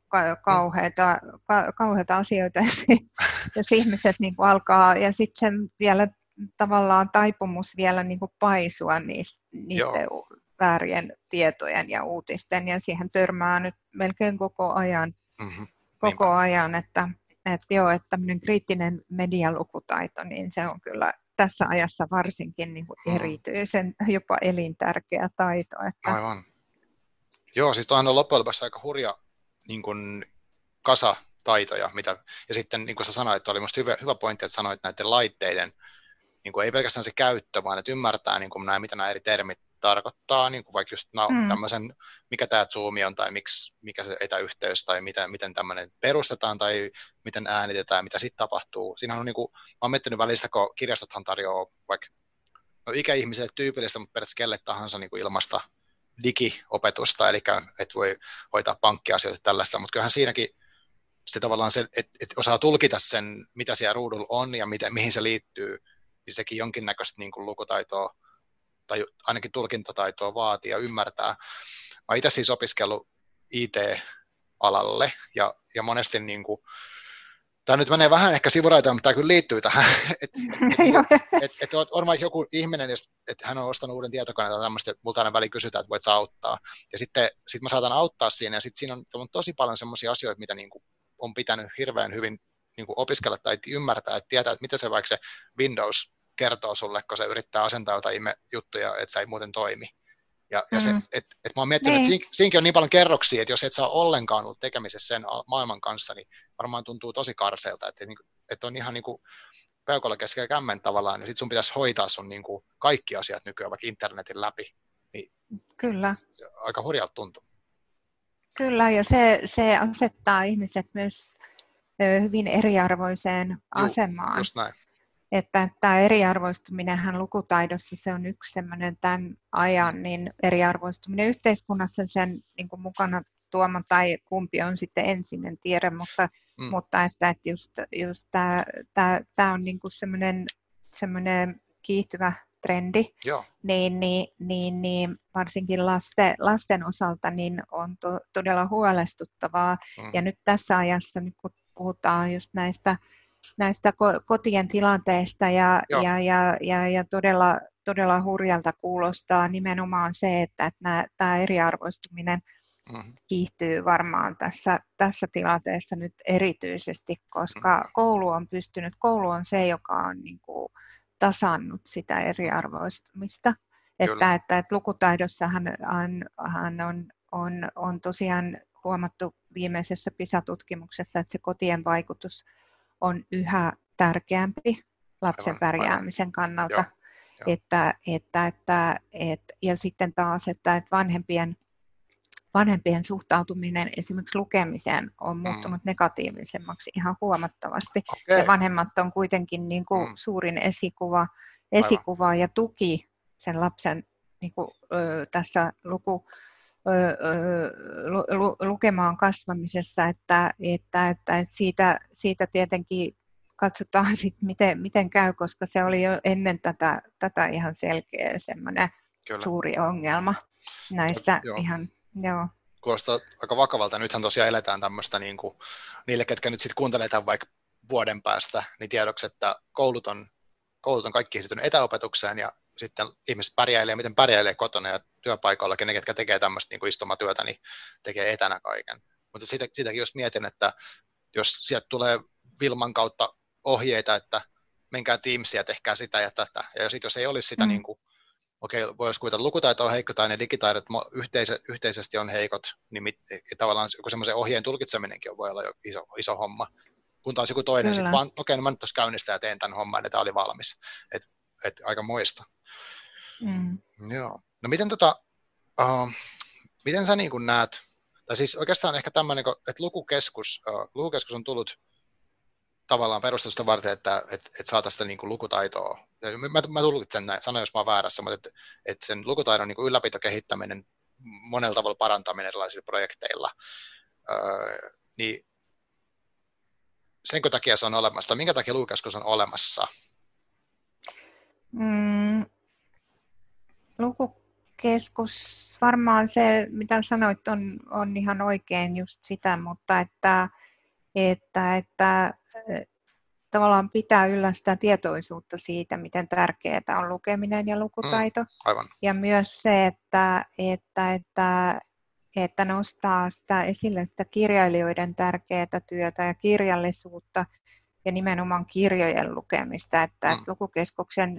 kauheita asioita, jos ihmiset niin kuin alkaa, ja sitten sen vielä tavallaan taipumus vielä niin kuin paisua niiden väärien tietojen ja uutisten, ja siihen törmää nyt melkein koko ajan, että tämmöinen kriittinen medialukutaito, niin se on kyllä tässä ajassa varsinkin niin kuin erityisen jopa elintärkeä taito. Että... Aivan. Joo, siis tuohan on loppujen lopuksi aika hurja niin kuin kasa taitoja, ja sitten niin kuin sä sanoit, että oli musta hyvä pointti, että sanoit näiden laitteiden, niin kuin ei pelkästään se käyttö, vaan että ymmärtää, niin kuin mitä nämä eri termit tarkoittaa, niin kuin vaikka just tämmöisen, mikä tämä Zoom on, tai mikä se etäyhteys, tai miten tämmöinen perustetaan, tai miten äänitetään, mitä sitten tapahtuu. Siinähän on, niin kuin, mä oon miettinyt välistä, kun kirjastothan tarjoaa vaikka ikäihmiselle tyypillistä, mutta periaatteessa kelle tahansa niin kuin ilmasta digiopetusta, eli että voi hoitaa pankkiasioita tällaista, mutta kyllähän siinäkin se tavallaan se, että osaa tulkita sen, mitä siellä ruudulla on ja mihin se liittyy, niin sekin jonkinnäköistä niin kuin lukutaitoa tai ainakin tulkintataitoa vaatii ja ymmärtää. Mä oon itse siis opiskellut IT-alalle ja monesti niin kuin, tämä nyt menee vähän ehkä sivuraitoon, mutta tämä kyllä liittyy tähän, että on vaikka joku ihminen, että hän on ostanut uuden tietokoneen tai tämmöistä, että multa aina väliin kysytään, että voit sä auttaa. Ja sitten mä saatan auttaa siinä, ja sitten siinä on tosi paljon semmoisia asioita, mitä niin kuin on pitänyt hirveän hyvin niin kuin opiskella tai ymmärtää, että tietää, että mitä se vaikka se Windows kertoo sulle, kun se yrittää asentaa jotain juttuja, että se ei muuten toimi. Ja se, että mä oon miettinyt, että siinäkin on niin paljon kerroksia, että jos et saa ollenkaan ollut tekemisessä sen maailman kanssa, niin varmaan tuntuu tosi karseelta, että on ihan niin kuin peukalla keskellä kämmen tavallaan, ja sitten sun pitäisi hoitaa sun niin kuin kaikki asiat nykyään vaikka internetin läpi. Niin kyllä. Aika hurjalta tuntuu. Kyllä, ja se asettaa ihmiset myös hyvin eriarvoiseen asemaan. Just näin. Että tämä eriarvoistuminenhan lukutaidossa, se on yksi semmoinen tämän ajan niin eriarvoistuminen yhteiskunnassa, sen niin kuin mukana tuoma tai kumpi on sitten ensin, en tiedä, mutta että just tämä on niin kuin semmoinen kiihtyvä trendi, niin varsinkin lasten osalta niin on todella huolestuttavaa. Ja nyt tässä ajassa, nyt kun puhutaan just näistä kotien tilanteista ja todella hurjalta kuulostaa nimenomaan se, että tämä eriarvoistuminen kiihtyy varmaan tässä tilanteessa nyt erityisesti, koska koulu on se, joka on niin kuin tasannut sitä eriarvoistumista. Että lukutaidossahan on tosiaan huomattu viimeisessä PISA-tutkimuksessa, että se kotien vaikutus on yhä tärkeämpi lapsen pärjäämisen kannalta. Ja sitten taas, että vanhempien suhtautuminen esimerkiksi lukemiseen on muuttunut negatiivisemmaksi ihan huomattavasti. Okay. Ja vanhemmat on kuitenkin niin kuin suurin esikuva ja tuki sen lapsen niin kuin, tässä lukemaan kasvamisessa, että siitä tietenkin katsotaan sit miten käy, koska se oli jo ennen tätä ihan selkeä semmoinen suuri ongelma näistä ihan, joo. Kuulostaa aika vakavalta. Nythän tosiaan eletään tämmöistä, niin kuin, niille, ketkä nyt sitten kuuntelee tämän vaikka vuoden päästä, niin tiedoksi, että koulut on kaikki siirtynyt etäopetukseen ja sitten ihmiset miten pärjäilee kotona ja työpaikoilla, ne, ketkä tekee tämmöistä niin kuin istumatyötä, niin tekee etänä kaiken. Mutta sitäkin jos mietin, että jos sieltä tulee Vilman kautta ohjeita, että menkää Teamsia, tehkää sitä ja tätä, ja jos ei olisi sitä, niin kuin, voisi kuvitella, lukutaito on heikko tai ne digitaidot yhteisesti on heikot, niin tavallaan joku semmoisen ohjeen tulkitseminenkin voi olla jo iso homma. Kun taas joku toinen sitten vaan, no mä nyt tuossa käynnistän ja teen tämän homman, ja tämä oli valmis. Et aika moista. Joo. No miten sä niin kuin näet, tai siis oikeastaan ehkä tämmöinen, että lukukeskus on tullut tavallaan perustusta varten, että saataisiin sitä niin kuin lukutaitoa. Mä tulkitsen näin, sano jos mä oon väärässä, mutta että sen lukutaidon niin kuin ylläpito, kehittäminen, monella tavalla parantaminen erilaisilla projekteilla, niin senkö takia se on olemassa, tai minkä takia lukukeskus on olemassa? Lukukeskus, varmaan se, mitä sanoit, on ihan oikein just sitä, mutta että tavallaan pitää yllä sitä tietoisuutta siitä, miten tärkeää on lukeminen ja lukutaito. Aivan. Ja myös se, että nostaa sitä esille, että kirjailijoiden tärkeää työtä ja kirjallisuutta ja nimenomaan kirjojen lukemista, että lukukeskuksen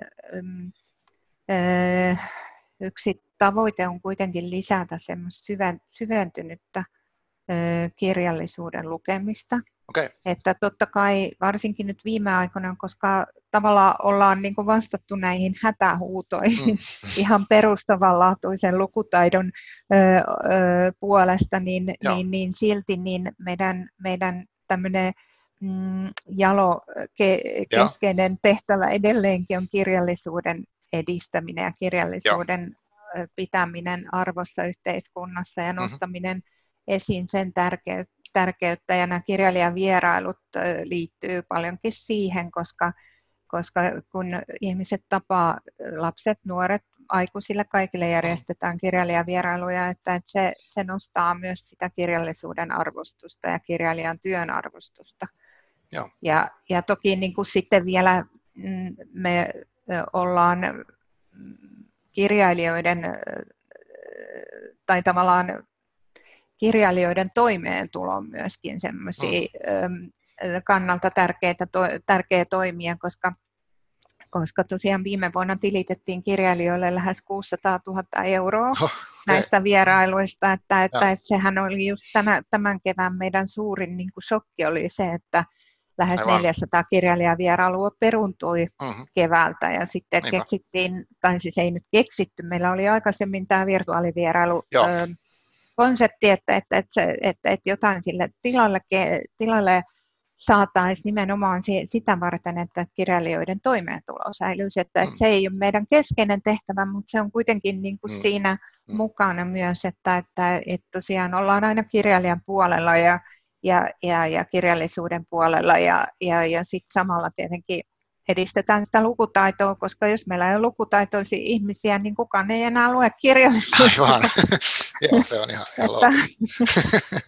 yksi tavoite on kuitenkin lisätä semmoista syventynyttä kirjallisuuden lukemista. Okay. Että totta kai varsinkin nyt viime aikoina, koska tavallaan ollaan niin kuin vastattu näihin hätähuutoihin ihan perustavanlaatuisen lukutaidon puolesta, niin silti niin meidän tämmöinen keskeinen tehtävä edelleenkin on kirjallisuuden edistäminen ja kirjallisuuden pitäminen arvossa yhteiskunnassa ja nostaminen esiin sen tärkeyttä. Ja nämä kirjailijavierailut liittyy paljonkin siihen, koska kun ihmiset tapaa lapset, nuoret, aikuisille kaikille järjestetään kirjailijavierailuja, että se nostaa myös sitä kirjallisuuden arvostusta ja kirjailijan työn arvostusta. Joo. Ja toki niin kuin sitten vielä me ollaan kirjailijoiden tai tavallaan kirjailijoiden toimeentulo myöskin semmoisia kannalta tärkeä toimia, koska tosiaan viime vuonna tilitettiin kirjailijoille lähes 600 000 euroa näistä vierailuista, että sehän oli just tämän kevään meidän suurin niin kuin shokki oli se, että lähes 400 kirjailijavierailua peruuntui keväältä ja sitten keksittiin, tai siis ei nyt keksitty, meillä oli aikaisemmin tämä virtuaalivierailu konsepti, että jotain sille tilalle saataisiin nimenomaan sitä varten, että kirjailijoiden toimeentulo säilyisi. Että se ei ole meidän keskeinen tehtävä, mutta se on kuitenkin niin kuin siinä mukana myös, että tosiaan ollaan aina kirjailijan puolella ja kirjallisuuden puolella ja sitten samalla tietenkin edistetään sitä lukutaitoa, koska jos meillä ei ole lukutaitoisia ihmisiä, niin kukaan ei enää lue kirjallisuutta. Aivan, joo, se on ihan loogista.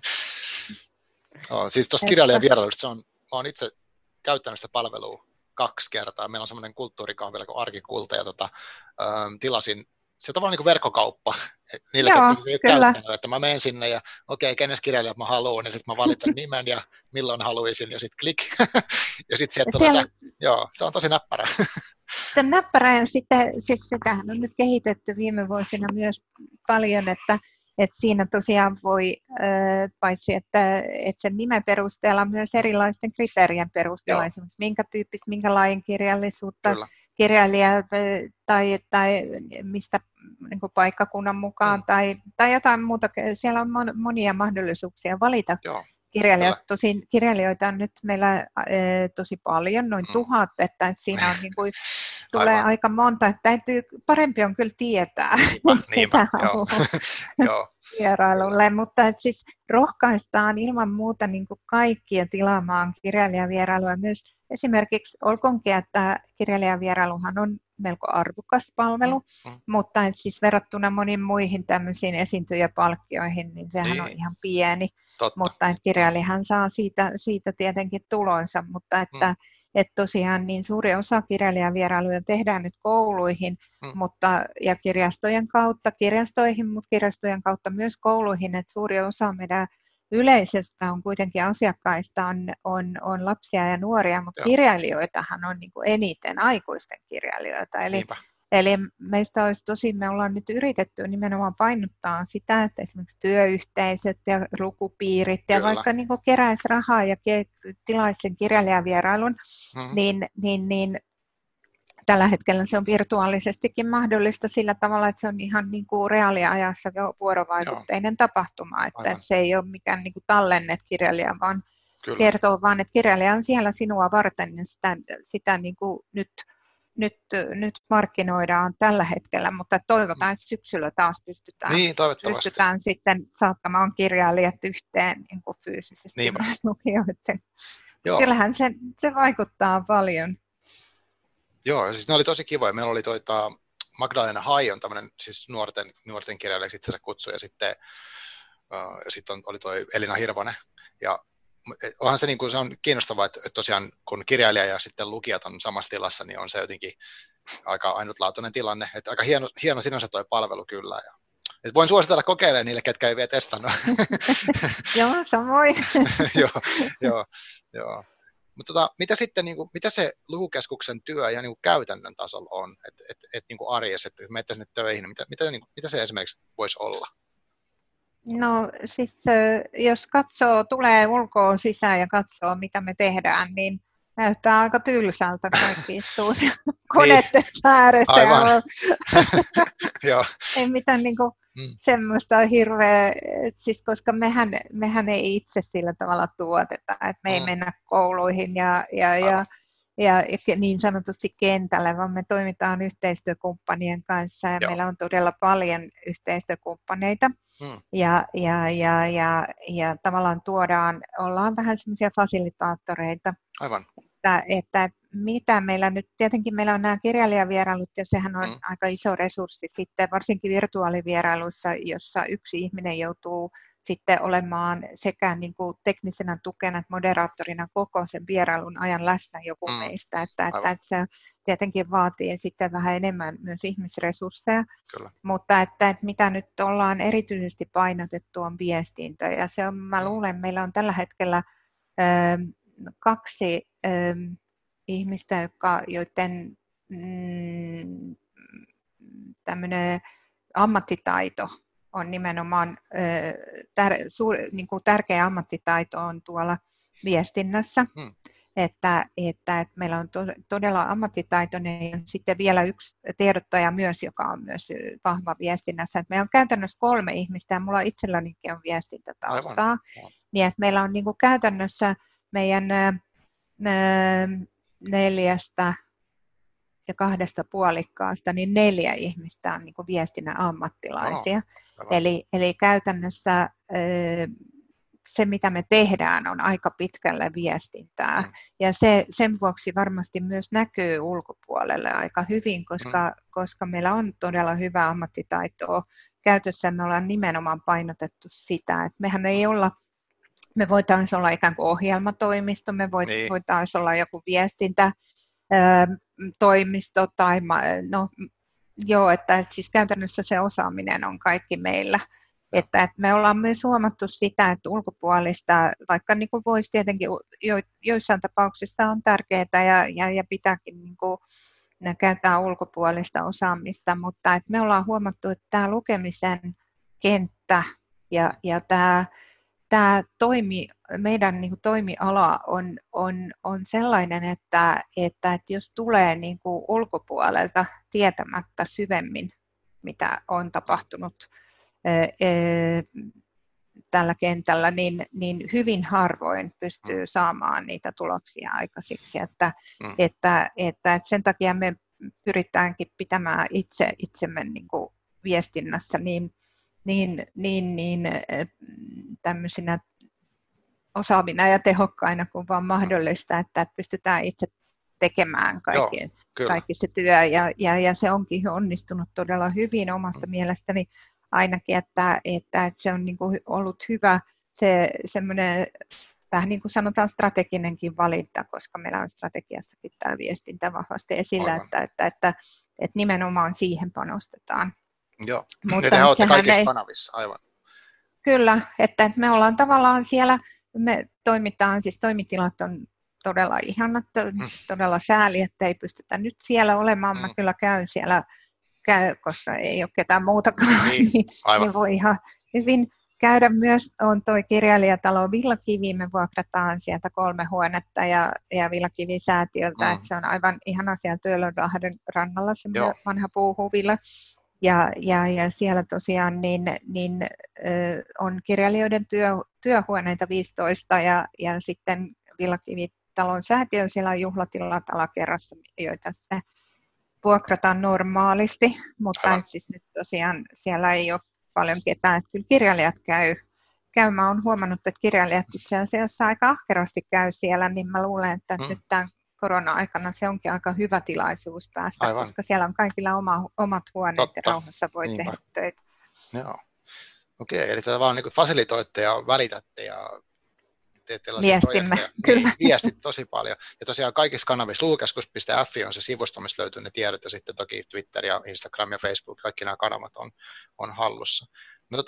Siis tuosta kirjailijavierailusta, olen itse käyttänyt sitä palvelua 2 kertaa. Meillä on semmoinen kulttuurikahvila kuin Arkikulta, ja tilasin, se on tavallaan niin kuin verkkokauppa. Niille, ketkä ei käyttänyt, että mä menen sinne ja kenes kirjailijat mä haluan, ja sitten mä valitsen nimen ja milloin haluaisin, ja sitten klik. Ja sitten sieltä tulee se on tosi näppärä. Se on näppärä, ja sitten sitähän on nyt kehitetty viime vuosina myös paljon, että siinä tosiaan voi, paitsi että sen nimen perusteella myös erilaisten kriteerien perusteella, esimerkiksi minkä tyyppistä, minkä lajin kirjallisuutta kirjailija tai mistä niin kuin paikkakunnan mukaan tai jotain muuta. Siellä on monia mahdollisuuksia valita kirjailijoita. Tosin kirjailijoita on nyt meillä tosi paljon, noin 1000, että siinä on niin kuin, tulee aika monta, että parempi on kyllä tietää, mitä haluaa vierailulle, mutta siis rohkaistaan ilman muuta niin kuin kaikkia tilaamaan kirjailijavierailua. Myös esimerkiksi olkoonkin, että kirjailijavierailuhan on melko arvokas palvelu, mutta siis verrattuna moniin muihin tämmöisiin esiintyjäpalkkioihin, niin sehän on ihan pieni. Totta. Mutta kirjailijahan saa siitä tietenkin tulonsa, mutta että tosiaan niin suuri osa kirjailijavierailuja tehdään nyt kouluihin ja kirjastoihin, mutta kirjastojen kautta myös kouluihin, että suuri osa meidän yleisöstä on kuitenkin asiakkaista on lapsia ja nuoria, mutta kirjailijoitahan on niin kuin eniten aikuisten kirjailijoita. Eli meistä olisi me ollaan nyt yritetty nimenomaan painottaa sitä, että esimerkiksi työyhteisöt ja lukupiirit ja vaikka niin kuin keräisi rahaa ja tilaisi sen kirjailijavierailun, niin tällä hetkellä se on virtuaalisestikin mahdollista sillä tavalla, että se on ihan niin kuin reaaliajassa vuorovaikutteinen tapahtuma, että se ei ole mikään niin kuin tallennet kirjailija, vaan kertoo vaan, että kirjailija on siellä sinua varten ja sitä niin kuin nyt markkinoidaan tällä hetkellä, mutta toivotaan, että syksyllä taas pystytään sitten saattamaan kirjailijat yhteen niin kuin fyysisesti lukijoiden. Kyllähän se vaikuttaa paljon. Joo, siis ne oli tosi kivoja. Meillä oli Magdalena Hai on tämmöinen siis nuorten kirjailijaksi itsensä kutsu, ja sitten oli toi Elina Hirvonen. Ja onhan se, niin kuin, se on kiinnostavaa, että tosiaan kun kirjailija ja sitten lukijat on samassa tilassa, niin on se jotenkin aika ainutlaatuinen tilanne. Että aika hieno sinänsä toi palvelu kyllä. Et voin suositella kokeilemaan niille, ketkä ei vielä testannut. Joo, samoin. Joo. Mutta mitä sitten, niin kuin, mitä se lukukeskuksen työ ja niin kuin käytännön tasolla on, että niin kuin arjessa, että kun menette sinne töihin, mitä se esimerkiksi voisi olla? No siis jos tulee ulkoon sisään ja katsoo, mitä me tehdään, niin näyttää aika tylsältä, kaikki istuu koneiden ääressä. Ei mitään niinku semmoista hirveä, siis koska mehän ei itse sillä tavalla tuoteta, että me ei mennä kouluihin ja niin sanotusti kentälle, vaan me toimitaan yhteistyökumppanien kanssa ja meillä on todella paljon yhteistyökumppaneita. Ja tavallaan ollaan vähän semmoisia fasilitaattoreita. Aivan. Että mitä meillä nyt, tietenkin meillä on nämä kirjailijavierailut ja sehän on aika iso resurssi sitten, varsinkin virtuaalivierailuissa, jossa yksi ihminen joutuu sitten olemaan sekä niin kuin teknisenä tukena että moderaattorina koko sen vierailun ajan läsnä joku meistä, että se tietenkin vaatii sitten vähän enemmän myös ihmisresursseja, mutta että mitä nyt ollaan erityisesti painotettu on viestintä ja se on, mä luulen, meillä on tällä hetkellä 2 ihmistä, joiden tämmöinen ammattitaito on nimenomaan niin kuin tärkeä ammattitaito on tuolla viestinnässä, että meillä on todella ammattitaitoinen ja sitten vielä yksi tiedottaja myös, joka on myös vahva viestinnässä. Että meillä on käytännössä 3 ihmistä ja mulla itsellänikin on viestintätaustaa, niin että meillä on niin kuin käytännössä meidän 4 ja 2 puolikkaasta, niin 4 ihmistä on niin kuin viestinnän ammattilaisia. Eli käytännössä se, mitä me tehdään, on aika pitkälle viestintää. Ja sen vuoksi varmasti myös näkyy ulkopuolelle aika hyvin, koska meillä on todella hyvä ammattitaitoa käytössä. Me ollaan nimenomaan painotettu sitä, että mehän ei olla, me voitaisiin olla ikään kuin ohjelmatoimisto, me voitaisiin olla joku viestintätoimisto tai että siis käytännössä se osaaminen on kaikki meillä. Että me ollaan myös huomattu sitä, että ulkopuolista, vaikka niin kuin voisi tietenkin joissain tapauksissa on tärkeää ja pitääkin niin kuin käyttää ulkopuolista osaamista, mutta että me ollaan huomattu, että tämä lukemisen kenttä ja tämä meidän niin kuin toimiala on sellainen, että jos tulee niin kuin ulkopuolelta tietämättä syvemmin, mitä on tapahtunut tällä kentällä, niin hyvin harvoin pystyy saamaan niitä tuloksia aikaisiksi. Että sen takia me pyritäänkin pitämään itsemme niin kuin viestinnässä niin tämmöisinä osaavina ja tehokkaina kuin vaan mahdollista, että pystytään itse tekemään kaikki se työ. Ja se onkin onnistunut todella hyvin omasta mielestäni ainakin, että se on niin kuin ollut hyvä se semmoinen vähän niin kuin sanotaan strateginenkin valinta, koska meillä on strategiassakin tämä viestintä vahvasti esillä, että nimenomaan siihen panostetaan. Joo, mutta te olette kaikissa kanavissa, aivan. Kyllä, että me ollaan tavallaan siellä, me toimitaan, siis toimitilat on todella ihanat, todella sääli, että ei pystytä nyt siellä olemaan. Mä kyllä käyn siellä, koska ei ole ketään muutakaan, niin voi ihan hyvin käydä myös. On tuo kirjailijatalo Villakivi, me vuokrataan sieltä 3 huonetta ja Villakivi-säätiöltä, että se on aivan ihana siellä Töölönlahden rannalla se vanha puuhuvilla. Ja siellä tosiaan on kirjailijoiden työhuoneita 15 ja sitten Villakivitalon säätiön siellä on juhlatilat alakerrassa, joita sitten vuokrataan normaalisti, mutta siis nyt tosiaan siellä ei ole paljon ketään, että kyllä kirjailijat käy. Mä oon huomannut, että kirjailijat itse asiassa aika ahkerasti käy siellä, niin mä luulen, että nyt tämän korona-aikana se onkin aika hyvä tilaisuus päästä, koska siellä on kaikilla omat huoneet ja rauhassa voi tehdä töitä. Joo. Okei, eli tätä vaan niin fasilitoitte ja välitätte ja teette viestimme, kyllä. Viestit tosi paljon. Ja tosiaan kaikissa kanavissa lukukeskus.fi on se sivusto, missä löytyy ne tiedot, ja sitten toki Twitter ja Instagram ja Facebook, kaikki nämä kanavat on hallussa. No,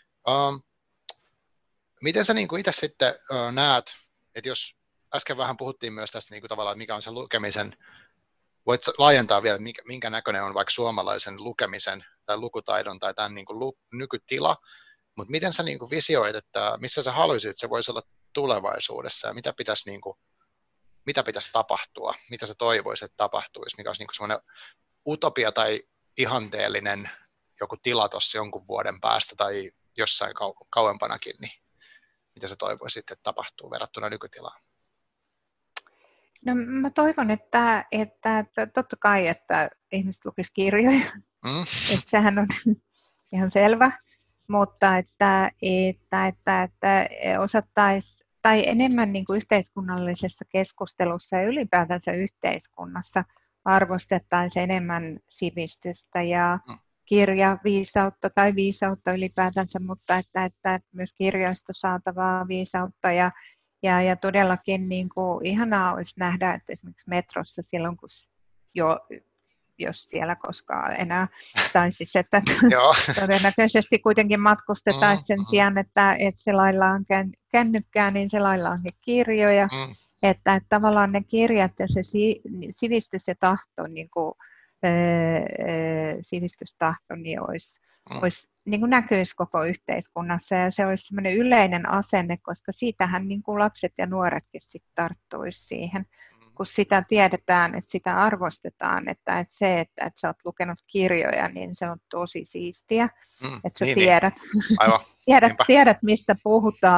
miten sä niin kuin itse sitten näet, että jos äsken vähän puhuttiin myös tästä niin kuin tavallaan, mikä on se lukemisen, voit laajentaa vielä, minkä näköinen on vaikka suomalaisen lukemisen tai lukutaidon tai tämän niin kuin nykytila, mutta miten sä niin kuin visioit, että missä sä haluaisit, että se voisi olla tulevaisuudessa ja mitä pitäisi tapahtua, mitä sä toivoisit, että tapahtuisi, mikä olisi niin kuin semmoinen utopia tai ihanteellinen joku tila tuossa jonkun vuoden päästä tai jossain kauempanakin, niin mitä sä toivoisit, että tapahtuu verrattuna nykytilaan? No mä toivon, että totta kai, että ihmiset lukisivat kirjoja, että sehän on ihan selvä, mutta että osattaisiin, tai enemmän niin kuin yhteiskunnallisessa keskustelussa ja ylipäätänsä yhteiskunnassa arvostettaisiin enemmän sivistystä ja kirjaviisautta tai viisautta ylipäätänsä, mutta että myös kirjoista saatavaa viisautta ja todellakin niin kuin ihanaa olisi nähdä, että esimerkiksi metrossa silloin, kun jos siellä koskaan enää, tai siis että todennäköisesti kuitenkin matkustetaan sen sijaan, että selaillaan kännykkää, niin selaillaan kirjoja, että tavallaan ne kirjat ja se sivistys ja tahto, niin kuin, sivistystahto, niin olisi niin kuin näkyisi koko yhteiskunnassa ja se olisi sellainen yleinen asenne, koska siitähän niin kuin lapset ja nuoretkin sitten tarttuisi siihen, kun sitä tiedetään, että sitä arvostetaan, että sä oot lukenut kirjoja, niin se on tosi siistiä, että sä tiedät, tiedät, mistä puhutaan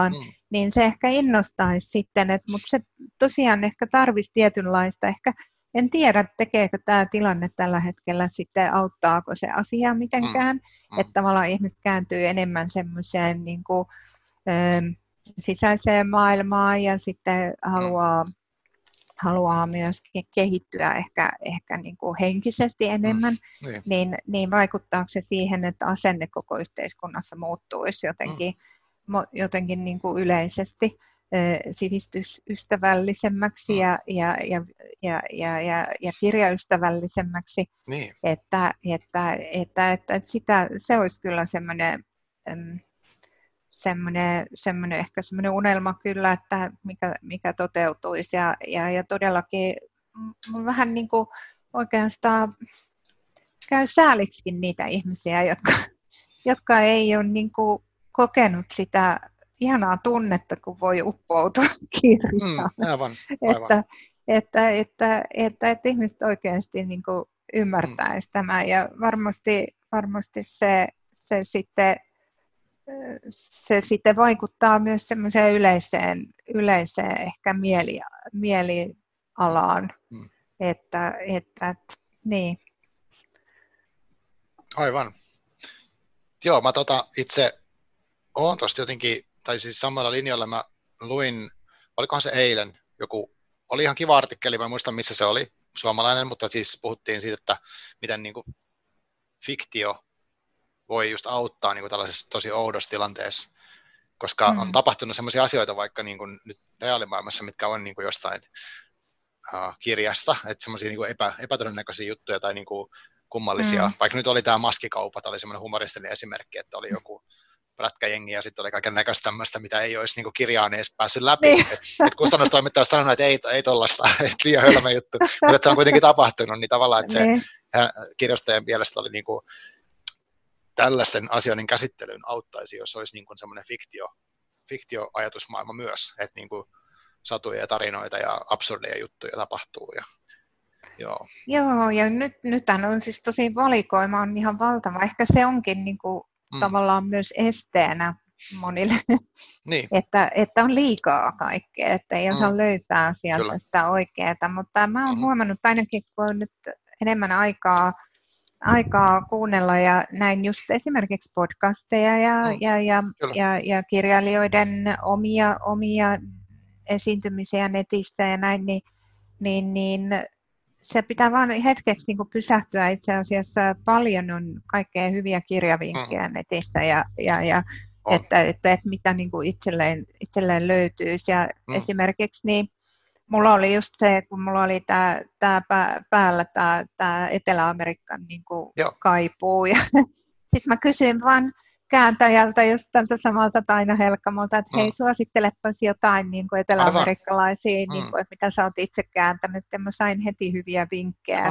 niin se ehkä innostaisi sitten, mutta se tosiaan ehkä tarvitsisi tietynlaista, ehkä en tiedä, tekeekö tämä tilanne tällä hetkellä sitten, auttaako se asiaa mitenkään, että tavallaan ihmiset kääntyy enemmän semmoiseen niin kuin, sisäiseen maailmaan ja sitten haluaa myös kehittyä ehkä niin kuin henkisesti enemmän, niin vaikuttaako se siihen, että asenne koko yhteiskunnassa muuttuisi jotenkin niin kuin yleisesti sivistysystävällisemmäksi ja kirjaystävällisemmäksi, niin. että se olisi kyllä semmoinen ehkä semmoinen unelma kyllä, että mikä toteutuisi ja todellakin vähän niin kuin oikeastaan käy sääliksikin niitä ihmisiä, jotka ei ole niin kuin kokenut sitä ihanaa tunnetta, kun voi uppoutua kirjaan. Aivan. Että ihmiset oikeasti niin kuin ymmärtäisi tämän ja varmasti se sitten vaikuttaa myös semmoiseen yleiseen ehkä mielialaan, että niin. Aivan. Joo, mä itse oon tosta jotenkin, tai siis samalla linjalla mä luin, olikohan se eilen, oli ihan kiva artikkeli, mä en muista missä se oli, suomalainen, mutta siis puhuttiin siitä, että miten niin kuin fiktio voi just auttaa niin kuin tällaisessa tosi oudossa tilanteessa, koska on tapahtunut sellaisia asioita vaikka niin kuin nyt reaalimaailmassa, mitkä on niin kuin jostain kirjasta, että semmoisia niin kuin epätodennäköisiä juttuja tai niin kuin kummallisia, vaikka nyt oli tämä maskikaupat, oli semmoinen humoristinen esimerkki, että oli joku prätkäjengi ja sitten oli kaiken näköistä tämmöistä, mitä ei olisi niin kirjaan edes päässyt läpi. Et kustannustoimittaja olisi sanonut, että ei tollaista, että liian hölmö juttu, mutta että se on kuitenkin tapahtunut, niin tavallaan, että se kirjoittajan mielestä oli niin kuin, tällaisten asioiden käsittelyyn auttaisi, jos olisi niin kuin semmoinen fiktioajatusmaailma myös, että niin kuin satuja ja tarinoita ja absurdeja juttuja tapahtuu. Joo, ja nythän on siis tosi valikoima on ihan valtava. Ehkä se onkin niin kuin tavallaan myös esteenä monille, niin. että on liikaa kaikkea, että ei osaa löytää sieltä sitä oikeaa. Mutta mä oon huomannut ainakin, kun on nyt enemmän aikaa kuunnella ja näin just esimerkiksi podcasteja ja kirjailijoiden omia esiintymisiä netistä ja näin, niin se pitää vaan hetkeksi niin kuin pysähtyä. Itse asiassa paljon on kaikkea hyviä kirjavinkkejä netistä ja että mitä niin kuin itselleen löytyisi. Ja esimerkiksi niin mulla oli just se, kun mulla oli tää päällä tämä Etelä-Amerikan niin kuin kaipuu ja sitten mä kysyin vaan kääntäjältä just tältä samalta Taina Helkamolta, että hei, suosittelepas jotain niin kuin eteläamerikkalaisia, niin kuin, että mitä sä oot itse kääntänyt, ja mä sain heti hyviä vinkkejä,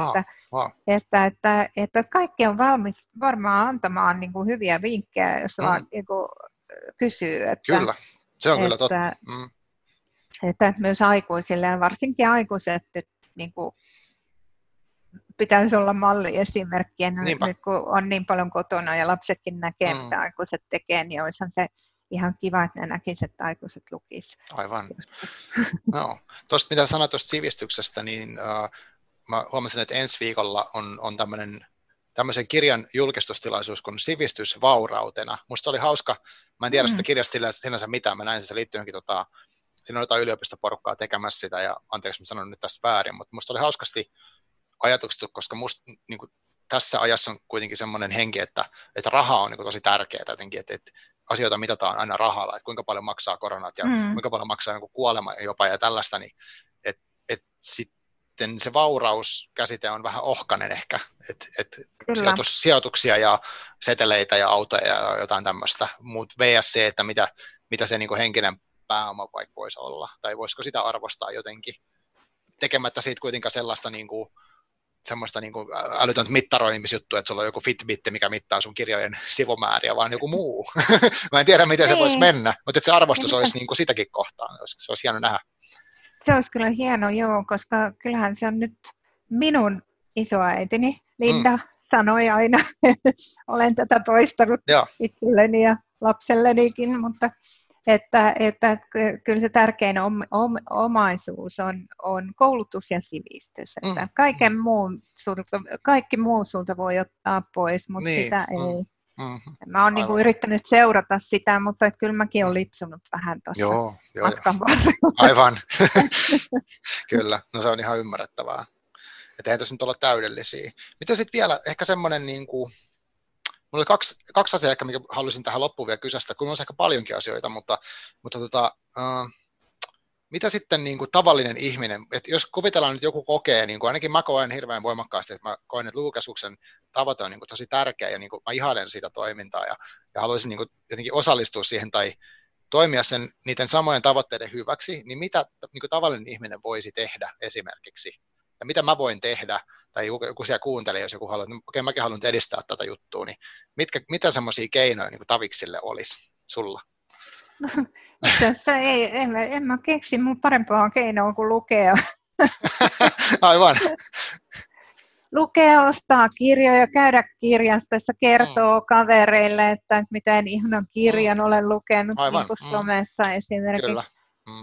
että kaikki on valmis varmaan antamaan niin kuin hyviä vinkkejä, jos vaan niin kuin kysyy. Kyllä, se on kyllä totta. Että myös aikuisille, ja varsinkin aikuiset nyt niin kuin pitäisi olla malliesimerkkiä, nyt kun on niin paljon kotona ja lapsetkin näkee, mitä aikuiset tekee, niin olisihan se ihan kiva, että ne näkisivät, että aikuiset lukisivat. Aivan. No, tuosta mitä sanoit tuosta sivistyksestä, niin mä huomasin, että ensi viikolla on tämmöisen kirjan julkistustilaisuus kuin Sivistys vaurautena. Musta oli hauska, mä en tiedä sitä kirjasta sinänsä mitään, mä näin se liittyy johonkin siinä on jotain yliopistoporukkaa tekemässä sitä, ja anteeksi, mä sanon nyt tästä väärin, mutta musta oli hauskasti ajatuksettu, koska musta niin kuin, tässä ajassa on kuitenkin semmoinen henki, että raha on niin kuin, tosi tärkeää jotenkin, että asioita mitataan aina rahalla, että kuinka paljon maksaa koronat ja kuinka paljon maksaa niin kuin kuolema jopa ja tällaista, niin että sitten se vaurauskäsite on vähän ohkainen ehkä, että sijoituksia ja seteleitä ja autoja ja jotain tämmöistä, mutta VSC, että mitä se niin kuin henkinen pääoma vaikka voisi olla, tai voisiko sitä arvostaa jotenkin, tekemättä siitä kuitenkaan sellaista niin kuin, semmoista niin kuin älytöntä mittaroimisjuttua, että sulla on joku Fitbit, mikä mittaa sun kirjojen sivumääriä, vaan joku muu. Mä en tiedä, miten se voisi mennä, mutta että se arvostus olisi niin kuin sitäkin kohtaan. Se olisi hieno nähdä. Se olisi kyllä hieno, joo, koska kyllähän se on nyt minun isoäitini, Linda, sanoi aina, olen tätä toistanut itselleni ja lapsellenikin, mutta että kyllä se tärkein omaisuus on koulutus ja sivistys. Että kaikki muu sulta voi ottaa pois, mutta niin, sitä ei. Mä oon niinku yrittänyt seurata sitä, mutta kyllä mäkin olen lipsunut vähän tuossa matkan varrella. Aivan, kyllä. No se on ihan ymmärrettävää. Että ei tässä nyt olla täydellisiä. Mitä sitten vielä, ehkä semmoinen, mulla oli kaksi asiaa, mikä haluaisin tähän loppuun vielä kysästä, kun on ehkä paljonkin asioita, mutta mitä sitten tavallinen ihminen, että jos kuvitellaan nyt joku kokee, ainakin mä koen hirveän voimakkaasti, että mä koen, että lukukeskuksen tavoite on tosi tärkeä ja mä ihailen sitä toimintaa ja haluaisin jotenkin osallistua siihen tai toimia niiden samojen tavoitteiden hyväksi, niin mitä tavallinen ihminen voisi tehdä esimerkiksi? Ja mitä mä voin tehdä, tai joku siellä kuuntelee, jos joku haluaa, että okei, mäkin haluan edistää tätä juttua, niin mitä semmoisia keinoja taviksille olisi sulla? No, itse asiassa en mä keksi mun parempaa keinoa kuin lukea. Aivan. Lukea, ostaa kirjoja, käydä kirjastossa, kertoo kavereille, että miten ihanan kirjan olen lukenut, niin kuin somessa esimerkiksi.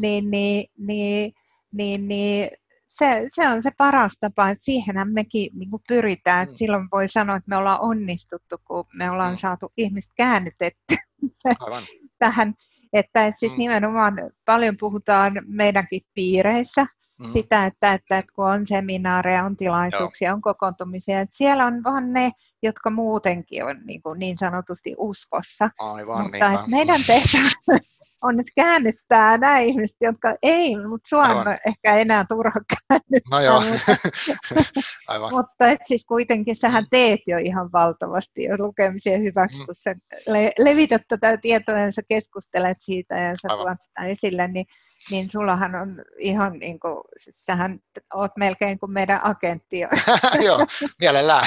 Niin, se on se paras tapa, että siihenhän mekin pyritään. Että silloin voi sanoa, että me ollaan onnistuttu, kun me ollaan saatu ihmiset käännytetty tähän. Että siis nimenomaan paljon puhutaan meidänkin piireissä sitä, että kun on seminaareja, on tilaisuuksia, on kokoontumisia. Että siellä on vaan ne, jotka muutenkin on niin sanotusti uskossa. Aivan, mutta että meidän tehtävä on nyt käännyttää nämä ihmiset, jotka ei, mutta sua on ehkä enää turha käännyttää. No joo, aivan. Mutta et siis kuitenkin sähän teet jo ihan valtavasti jo lukemisen hyväksi, kun sä levität tätä tietoa ja sä keskustelet siitä ja sä tuot sitä esille, niin sullahan on ihan niin kuin, sähän oot melkein kuin meidän agentti. Joo, mielellään.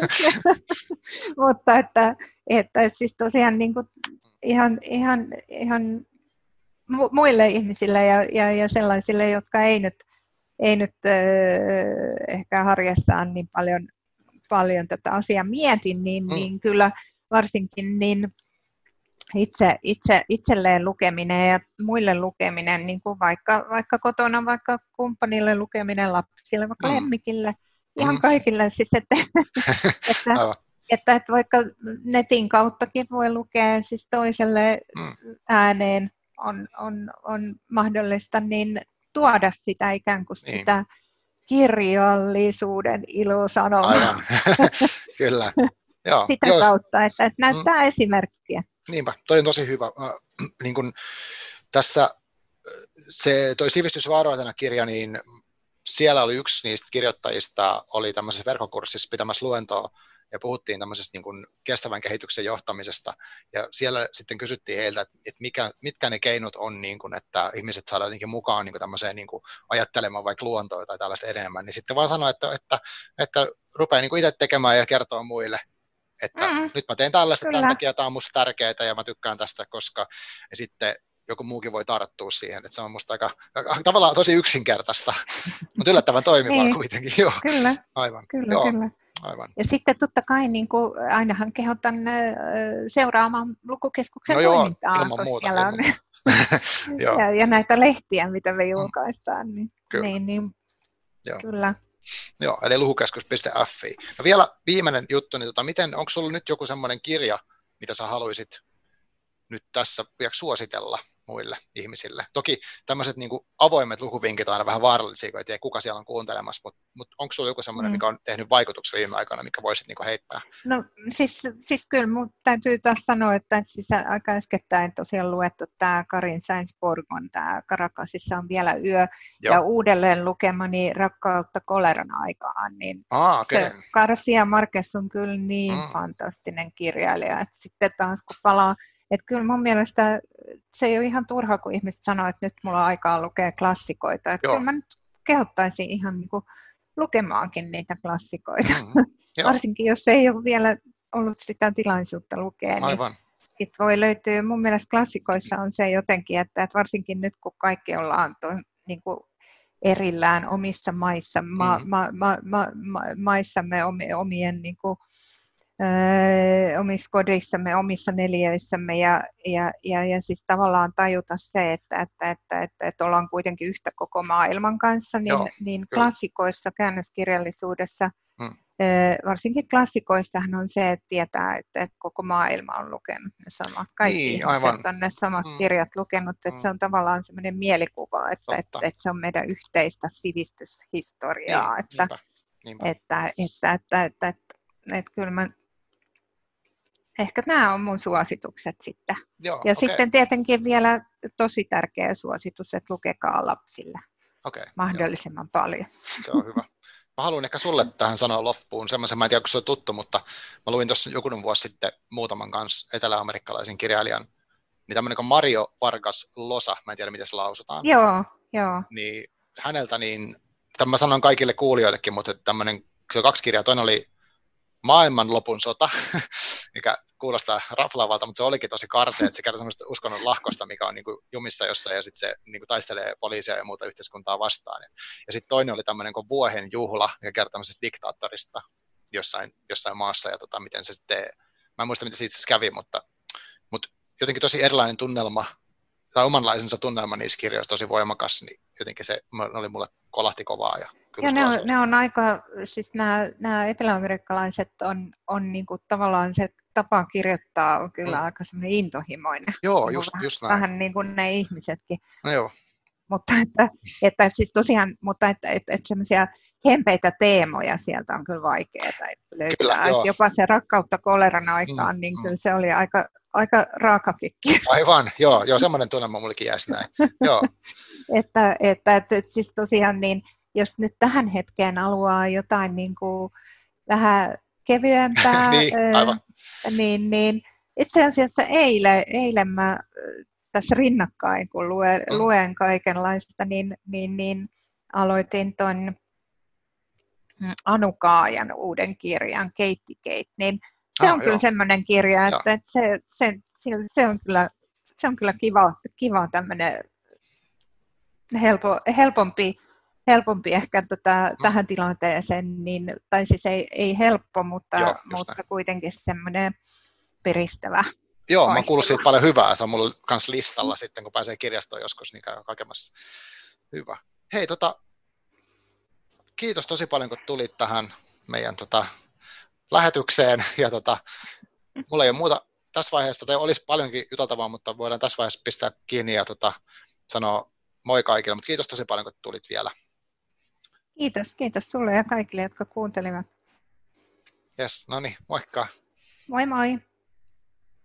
Mutta että siis tosiaan niin kuin ihan muille ihmisille ja sellaisille, jotka ei nyt ehkä harjastaan niin paljon tätä asiaa mieti, niin kyllä varsinkin niin itselleen lukeminen ja muille lukeminen, niin kuin vaikka kotona, vaikka kumppanille lukeminen, lapsille, vaikka lemmikille, ihan kaikille. Siis että vaikka netin kauttakin voi lukea siis toiselle ääneen on mahdollista, niin tuoda sitä ikään kuin sitä kirjallisuuden ilosanomaa. Aivan, kyllä. Joo, sitä kautta, että näyttää esimerkkiä. Niinpä, toi on tosi hyvä. Niin kun tässä toi Sivistysvaroitena kirja, niin siellä oli yksi niistä kirjoittajista, oli tämmöisessä verkkokurssissa pitämässä luentoa, ja puhuttiin tämmöisestä niin kuin kestävän kehityksen johtamisesta, ja siellä sitten kysyttiin heiltä, että mitkä ne keinot on, niin kuin, että ihmiset saadaan jotenkin mukaan niin kuin tämmöiseen niin kuin ajattelemaan vaikka luontoa tai tällaista enemmän, niin sitten vaan sanoi, että rupeaa niin kuin itse tekemään ja kertoo muille, että nyt mä teen tällaista, tämän takia tämä on musta tärkeää ja mä tykkään tästä, koska ja sitten joku muukin voi tarttua siihen, että se on musta aika tavallaan tosi yksinkertaista, mutta yllättävän toimivaa kuitenkin. Joo. Kyllä, aivan. Kyllä, Joo. kyllä. Aivan. Ja sitten totta kai niin kuin ainahan kehotan seuraamaan lukukeskuksen toimintaa, ilman koska muuta, siellä on ja näitä lehtiä, mitä me julkaistaan. Niin, kyllä. Joo, eli lukukeskus.fi. No vielä viimeinen juttu, niin onko sulla nyt joku semmoinen kirja, mitä sä haluaisit nyt tässä vielä suositella muille ihmisille? Toki tämmöiset niin kuin avoimet lukuvinkit on aina vähän vaarallisia, kun ei tiedä kuka siellä on kuuntelemassa, mutta onko sulla joku semmoinen, mikä on tehnyt vaikutuksen viime aikana, mikä voisit niin kuin heittää? No siis kyllä mun täytyy taas sanoa, että siis aika äskettäin tosiaan luettu tämä Karin Sainz-Borgon, tämä Caracasissa on vielä yö, ja uudelleen lukemani Rakkautta koleran aikaan, niin se Garcia Marquez on kyllä niin fantastinen kirjailija, että sitten taas kun palaa, että kyllä mun mielestä se ei ole ihan turha, kun ihmiset sanoo, että nyt mulla on aikaa lukea klassikoita. Että kyllä mä nyt kehottaisin ihan niin kuin lukemaankin niitä klassikoita. Varsinkin, jos ei ole vielä ollut sitä tilaisuutta lukea. Aivan. Niin voi löytyä, mun mielestä klassikoissa on se jotenkin, että varsinkin nyt kun kaikki ollaan niin kuin erillään omissa maissamme omien niin kuin omissa kodissamme, omissa neliöissämme ja siis tavallaan tajuta se, että ollaan kuitenkin yhtä koko maailman kanssa, niin klassikoissa, käännöskirjallisuudessa, varsinkin klassikoistahan on se, että tietää, että koko maailma on lukenut ne samat, kaikki ihmiset on ne samat kirjat lukenut, että se on tavallaan semmoinen mielikuva, että se on meidän yhteistä sivistyshistoriaa, että kyllä mä ehkä nämä on mun suositukset sitten. Joo, ja sitten tietenkin vielä tosi tärkeä suositus, että lukekaa lapsille mahdollisimman paljon. Se on hyvä. Mä haluan ehkä sulle tähän sanoa loppuun semmoisen, mä en tiedä, kun se on tuttu, mutta mä luin tuossa jokunen vuosi sitten muutaman kanssa etelä-amerikkalaisen kirjailijan, niin tämmöinen kuin Mario Vargas Llosa, mä en tiedä, miten se lausutaan. Joo. Niin häneltä, niin tämän mä sanon kaikille kuulijoillekin, mutta tämmöinen, se on 2 kirjaa, toinen oli Maailmanlopun sota, mikä kuulostaa raflaavalta, mutta se olikin tosi karsea, että se kertoo semmoista uskonnon lahkosta, mikä on niin kuin jumissa jossain, ja sitten se niin kuin taistelee poliisia ja muuta yhteiskuntaa vastaan. Ja sitten toinen oli tämmöinen kuin Vuohen juhla, mikä kertoo tämmöisestä diktaattorista jossain maassa, ja miten se sitten, mä en muista, mitä siitä siis kävi, mutta jotenkin tosi erilainen tunnelma, tai omanlaisensa tunnelma niissä kirjoissa tosi voimakas, niin jotenkin se oli mulle kolahti kovaa. Ja ne on aika, siis nämä eteläamerikkalaiset on niinku tavallaan se tapa kirjoittaa on kyllä aika semmoinen intohimoinen. Joo, just näin. Vähän niin kuin ne ihmisetkin. No joo. Mutta että siis tosiaan, mutta että semmoisia hempeitä teemoja sieltä on kyllä vaikeaa löytää. Kyllä, jopa se Rakkautta koleran aikaan, niin kyllä se oli aika raakakin. Aivan, joo, semmoinen tunnelma mullekin jäisi näin. Joo. että siis tosiaan niin, jos nyt tähän hetkeen haluaa jotain niin kuin vähän kevyempää, niin itse asiassa eilen mä tässä rinnakkain, kun luen kaikenlaista, niin aloitin ton Anu Kaajan uuden kirjan Keitti Keit, niin se on kyllä semmoinen kirja, että se on kyllä kiva tämmöinen helpompi ehkä tähän tilanteeseen, niin, tai siis ei helppo, mutta kuitenkin semmoinen piristävä. Joo, mä oon kuullut siitä paljon hyvää, se on mulla kans listalla sitten, kun pääsee kirjastoon joskus, niin käy hakemassa. Hyvä. Hei, kiitos tosi paljon, kun tulit tähän meidän lähetykseen, ja mulla ei ole muuta tässä vaiheessa, tai olisi paljonkin juteltavaa, mutta voidaan tässä vaiheessa pistää kiinni ja sanoa moi kaikille, mutta kiitos tosi paljon, kun tulit vielä. Kiitos sulle ja kaikille, jotka kuuntelivat. Jes, no niin, moikka. Moi moi.